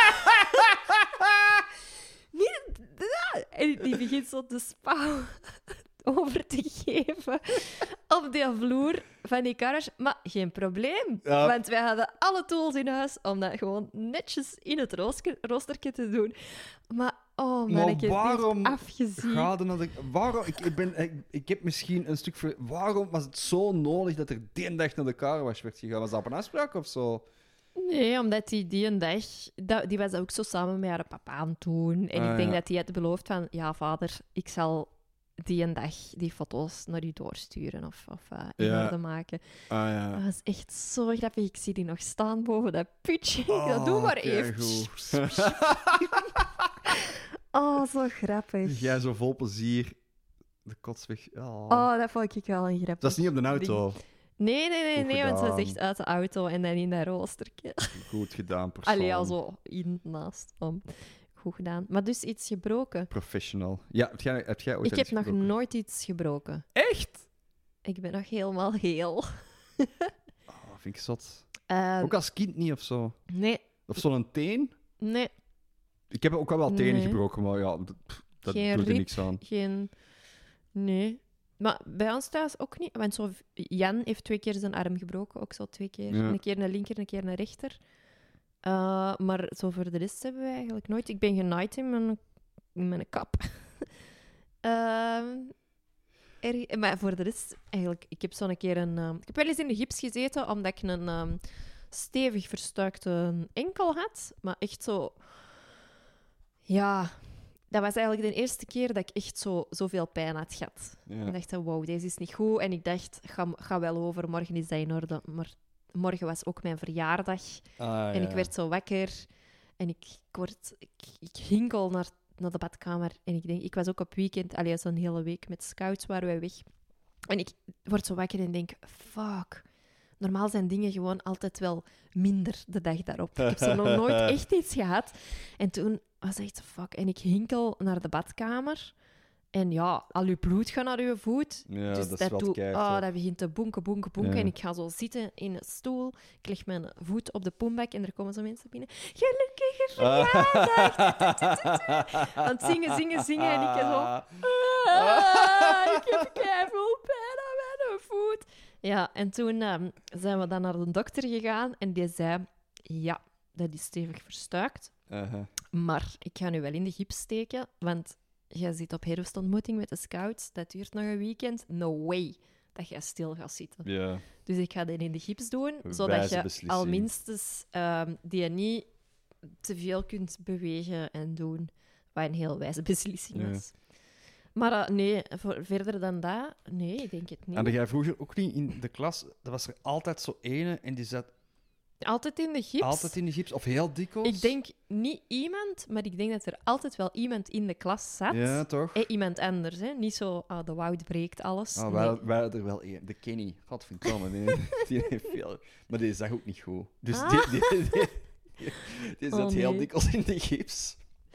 Niet dat. En die begint zo te spouwen over te geven op die vloer van die garage. Maar geen probleem, Ja. want wij hadden alle tools in huis om dat gewoon netjes in het rooster- roostertje te doen. Maar, oh man, Maar ik heb waarom echt afgezien. Ga dan naar de... Waarom? Ik, ik, ben, ik, ik heb misschien een stuk... Ver... Waarom was het zo nodig dat er die dag naar de carwash werd gegaan? Was dat op een afspraak of zo? Nee, omdat die die een dag... Dat, die was ook zo samen met haar papa aan het doen. En Ah, ik denk ja. dat hij had beloofd van... Ja, vader, ik zal die een dag die foto's naar u doorsturen of, of uh, in Ja. orde maken. Ah ja. Dat was echt zo grappig. Ik zie die nog staan boven dat putje. Ik Oh, dacht, doe maar even. keigoed. Oh, zo grappig. Jij zo vol plezier de kots weg. Oh. Oh, dat vond ik wel een grappig. Dat is niet op de auto. Nee, nee, nee, Goed nee, want ze gedaan. is echt uit de auto en dan in dat roostertje. Goed gedaan, persoon. Allee, al zo in naast. om. Goed gedaan. Maar dus iets gebroken. Professional. Ja, heb jij, heb jij ooit Ik heb iets nog gebroken? nooit iets gebroken. Echt? Ik ben nog helemaal heel. Oh, vind ik zot. Eh, Ook als kind niet of zo. nee, Of zo'n teen. nee, Ik heb ook wel wel tenen Nee. gebroken, maar ja, dat, pff, dat Geen doet er rib. niks aan. geen... Nee. Maar bij ons thuis ook niet. Want zo, Jan heeft twee keer zijn arm gebroken. Ook zo twee keer. Ja. Een keer een linker, een keer een rechter. Eh, maar zo voor de rest hebben we eigenlijk nooit. Ik ben genaaid in mijn, in mijn kap. Ehm, erg. Maar voor de rest, eigenlijk, ik heb zo'n keer een... Uh, ik heb wel eens in de gips gezeten, omdat ik een um, stevig verstuikte enkel had. Maar echt zo... Ja... Dat was eigenlijk de eerste keer dat ik echt zo, zoveel pijn had gehad. Ja. Ik dacht, wow, deze is niet goed. En ik dacht, ga, ga wel over, morgen is dat in orde. Maar morgen was ook mijn verjaardag. Ah, en ja. ik werd zo wakker. En ik, ik, word, ik, ik hinkel naar, naar de badkamer. En ik denk, ik was ook op weekend, allee, zo'n hele week met scouts waren wij weg. En ik word zo wakker en denk, fuck. Normaal zijn dingen gewoon altijd wel minder de dag daarop. Ik heb zo nog nooit echt iets gehad. En toen was het echt fuck. En ik hinkel naar de badkamer. En ja, al je bloed gaat naar je voet. Ja, dus dat dat, is wat doe, keihard, oh, hè. dat begint te bonken, bonken, bonken. Ja. En ik ga zo zitten in een stoel. Ik leg mijn voet op de poembak en er komen zo mensen binnen. Gelukkige verjaardag! Aan het zingen, zingen, zingen. En ik zo... Ah, ik heb keiveel pijn aan mijn voet. Ja, en toen um, zijn we dan naar de dokter gegaan. En die zei... Ja, dat is stevig verstuikt. Uh-huh. Maar ik ga nu wel in de gips steken, want jij zit op herfstontmoeting met de scouts. Dat duurt nog een weekend. No way dat jij stil gaat zitten. Ja. Dus ik ga dit in de gips doen, Een zodat wijze je beslissing. al minstens um, die niet te veel kunt bewegen en doen. Wat een heel wijze beslissing Ja. was. Maar uh, nee, voor, verder dan dat, nee, ik denk het niet. En jij vroeger ook niet in de klas, er was er altijd zo ene en die zat Altijd in de gips? altijd in de gips, of heel dikwijls. Ik denk niet iemand, maar ik denk dat er altijd wel iemand in de klas zat. Ja, toch? Eh, iemand anders, hè? Niet zo, ah, de Wout breekt alles. Ah, Nee. wij, wij hadden er wel één. De Kenny. Godverdomme, die, die heeft veel... Maar die zag ook niet goed. Dus Ah. die, die, die, die, die zat Oh, heel nee. dikwijls in de gips.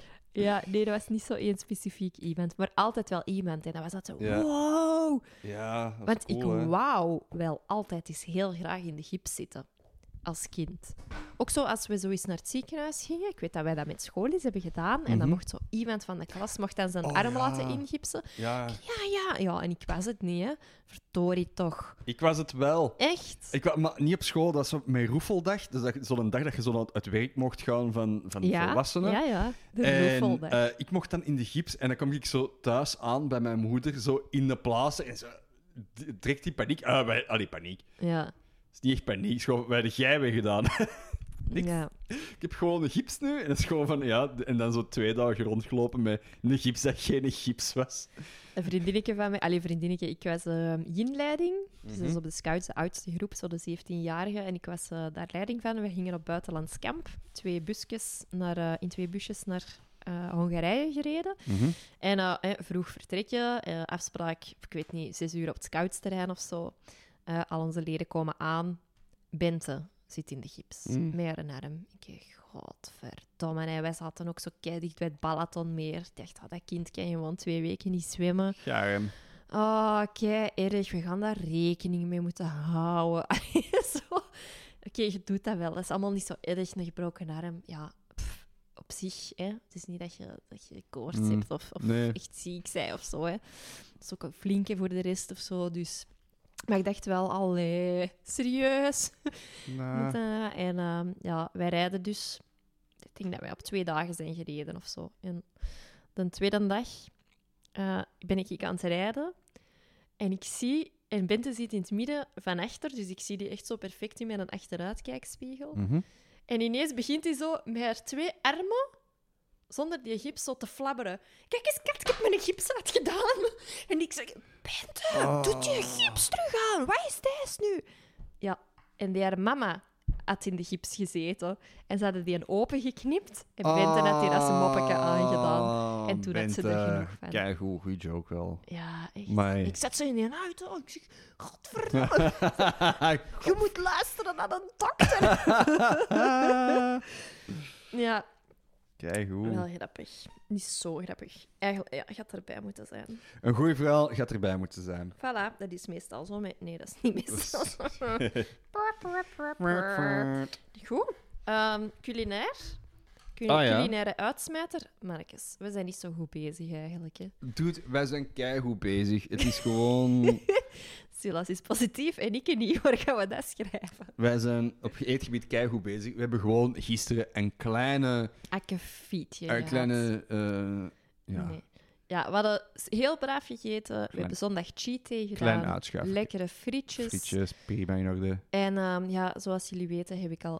Ja, nee, dat was niet zo één specifiek iemand, maar altijd wel iemand. En dan was dat zo, Ja. wow! Ja, dat is Want cool, ik hè. wou wel altijd eens heel graag in de gips zitten. Als kind. Ook zo als we zo eens naar het ziekenhuis gingen. Ik weet dat wij dat met school eens hebben gedaan. En dan Mhm. mocht zo iemand van de klas mocht dan zijn Oh, arm ja. laten ingipsen. Ja, Ja, ja, ja. En ik was het niet, hè. Verdorie toch. ik was het wel. Echt? Ik was, maar niet op school, dat was zo mijn roefeldag. Dus dat, zo'n dag dat je zo uit werk mocht gaan van, van Ja, volwassenen. ja, ja. De En roefeldag. eh, ik mocht dan in de gips en dan kom ik zo thuis aan bij mijn moeder, zo in de plaatsen en zo d- direct die paniek. Ah, wij, allee, paniek. Ja. Het is niet echt paniek, het is gewoon, wij hadden jij weer gedaan. Niks. Ja. Ik heb gewoon een gips nu en dat is gewoon van, ja, en dan zo twee dagen rondgelopen met een gips dat geen gips was. Een vriendinnetje van mij, allee, vriendinnetje, ik was uh, yin-leiding. Dus dat is Mhm. op de scouts, de oudste groep, zo de zeventienjarige. En ik was uh, daar leiding van. We gingen op buitenlands kamp. Twee busjes naar, uh, in twee busjes naar uh, Hongarije gereden. En uh, eh, vroeg vertrekken, uh, afspraak, ik weet niet, zes uur op het scoutsterrein of zo. Uh, al onze leden komen aan. Bente zit in de gips, Mm. met haar arm. Ik dacht, godverdomme. En wij zaten ook zo keidicht bij het Balatonmeer. Ik dacht, oh, dat kind kan gewoon twee weken niet zwemmen. Garm. Oh, kei erg. We gaan daar rekening mee moeten houden. Oké, okay, je doet dat wel. Dat is allemaal niet zo erg, een gebroken arm. Ja, pff, op zich. Hè. Het is niet dat je, dat je koorts Mm, hebt of, of nee. echt ziek bent of zo. Hè. Dat is ook een flinke voor de rest of zo. Dus... Maar ik dacht wel, allee, serieus? Nou, Met, uh, en uh, ja, wij rijden dus... Ik denk dat wij op twee dagen zijn gereden of zo. En de tweede dag uh, ben ik aan het rijden. En ik zie... En Bente zit in het midden van achter. Dus ik zie die echt zo perfect in mijn achteruitkijkspiegel. mhm. En ineens begint hij zo met haar twee armen... Zonder die gips zo te flabberen. Kijk eens, kat, ik heb mijn gips uitgedaan. En ik zeg... Bente, Oh. doe je gips terug aan. Wat is deze nu? Ja, en die haar mama had in de gips gezeten. En ze hadden die een open geknipt. En Bente had die als een moppetje aangedaan. En toen had ze er genoeg van. Kijk, goed, goede joke wel. Ja, echt. Maar- Ik zet ze in een auto. Ik zeg, godverdomme, je moet luisteren naar een dokter. Ja, Kijk, goed. wel grappig. Niet zo grappig. Eigenlijk, ja, gaat erbij moeten zijn. Een goed verhaal gaat erbij moeten zijn. Voilà, dat is meestal zo. Met... Nee, dat is niet meestal zo. Goed. Ehm, culinair. Cul- Ah, ja. Culinaire uitsmijter. Marcus, we zijn niet zo goed bezig eigenlijk. Hè. Dude, wij zijn keigoed bezig. Het is gewoon... Silas is positief en ik niet. Waar gaan we dat schrijven? wij zijn op eetgebied keigoed bezig. We hebben gewoon gisteren een kleine... Akkefietje. Een kleine... eh, ja. Nee. ja, we hadden heel braaf gegeten. We Klein- hebben zondag cheat day gedaan. Klein uitschuif. Lekkere frietjes. Frietjes, prima in orde. En um, ja, zoals jullie weten heb ik al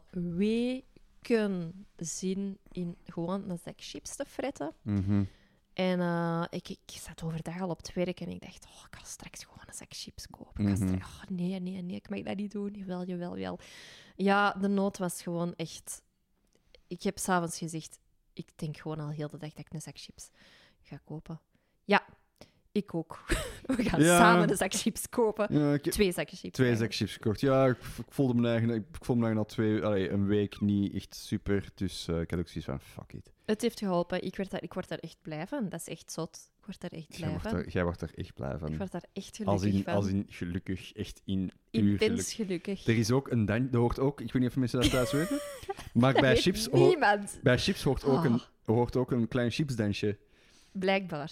weken zin in gewoon een zak chips te fretten. Mm-hmm. En uh, ik, ik zat overdag al op het werk en ik dacht, oh, ik ga straks gewoon een zak chips kopen. Ik ga Mhm. straks, oh, nee, nee, nee, ik mag dat niet doen. Jawel, jawel, jawel. Ja, de nood was gewoon echt... Ik heb s'avonds gezegd, ik denk gewoon al heel de dag dat ik een zak chips ga kopen. Ja, ik ook. We gaan Ja. samen een zak chips kopen. Ja, ik heb Twee zakken chips. twee eigenlijk. zakken chips gekocht. Ja, ik, ik voelde me eigenlijk, ik voelde me eigenlijk al twee, allee, een week niet echt super. Dus uh, ik had ook zoiets van, fuck it. Het heeft geholpen. Ik, werd daar, ik word daar echt blij van. Dat is echt zot. Ik word daar echt Jij blij wordt, van. er, jij wordt er echt blij van. Ik word daar echt als, gelukkig in, van. als in gelukkig, echt in puur geluk. Intens gelukkig. Er is ook een dan, er hoort ook, ik weet niet of mensen dat thuis weten, maar Dat bij weet chips, hoort, niemand. bij chips hoort ook, Oh. een, hoort ook een klein chipsdansje. Blijkbaar.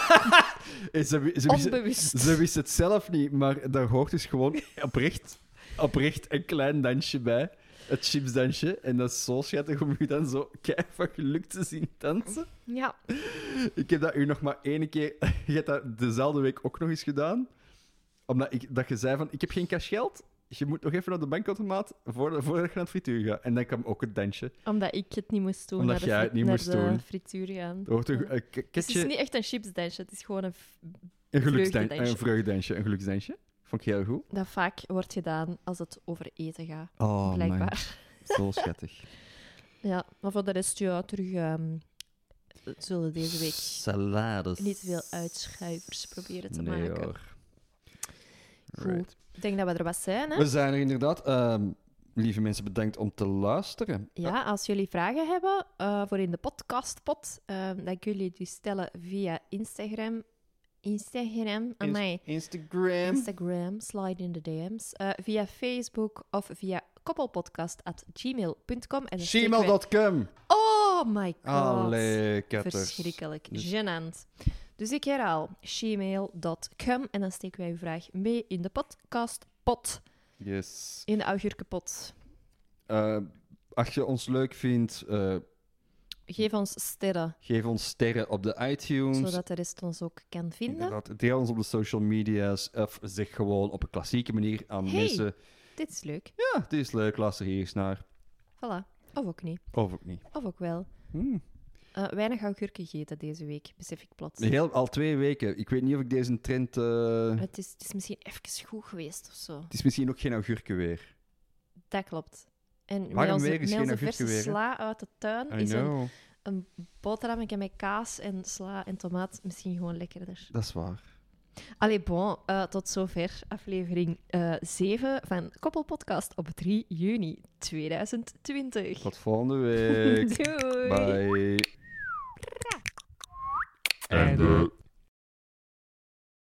Eh, Ze, ze, wist, Onbewust. ze wist het zelf niet, maar daar hoort dus gewoon oprecht, oprecht een klein dansje bij. Het chipsdansje. En dat is zo schattig om u dan zo keihard geluk te zien dansen. Ja. Ik heb dat u nog maar één keer... Je hebt dat dezelfde week ook nog eens gedaan. Omdat ik, dat je zei van, ik heb geen cashgeld. Je moet nog even naar de bankautomaat voordat, voordat je naar het frituur gaat. En dan kwam ook het dansje. Omdat ik het niet moest doen. Omdat naar de, jij fri- het niet naar moest de doen. frituur gaan. Er hoort een, Ja. een k- Dus het ketje- is niet echt een chipsdansje. Het is gewoon een... f- een geluksdan- vreugdedansje. een vreugdedansje. Een geluksdansje. Vond ik heel goed. Dat vaak wordt gedaan als het over eten gaat. Oh, man. Blijkbaar. Zo schattig. Ja, maar voor de rest, ja, terug... ehm, zullen deze week Salades. niet veel uitschuivers proberen te nee, maken. hoor. Goed. Right. Ik denk dat we er wat zijn, hè? We zijn er inderdaad. Ehm, lieve mensen, bedankt om te luisteren. Ja, als jullie vragen hebben eh, voor in de podcastpot, eh, dan kunnen jullie die stellen via Instagram. Instagram, amai. Instagram. Instagram, slide in de D M's. eh, via Facebook of via koppelpodcast at gmail punt com. En dan steken wij- gmail dot com. Oh my god. Allee, katters. Verschrikkelijk. Dus- Gênant. Dus ik herhaal, gmail dot com. En dan steken wij uw vraag mee in de podcastpot. Yes. In de augurkenpot. Eh, als je ons leuk vindt, eh, Geef ons sterren, geef ons sterren op de iTunes. zodat de rest ons ook kan vinden. Inderdaad, deel ons op de social media's. Of zeg gewoon op een klassieke manier aan Hey. mensen. Dit is leuk. Ja, het is leuk, luister hier eens naar. Voilà. Of ook niet. Of ook niet. Of ook wel. Hmm. Eh, weinig augurken gegeten deze week, besef ik plots. Heel, al twee weken. Ik weet niet of ik deze trend... eh, Het, is, het is misschien even goed geweest of zo. Het is misschien ook geen augurken weer. Dat klopt. En met Warm onze, weer is met geen onze augurken verse weer, hè? sla uit de tuin I is een, know. een boterhammetje met kaas en sla en tomaat misschien gewoon lekkerder. Dat is waar. Allee, bon. eh, tot zover aflevering eh zeven van Koppelpodcast op drie juni tweeduizend twintig. Tot volgende week. Doei! Bye. En de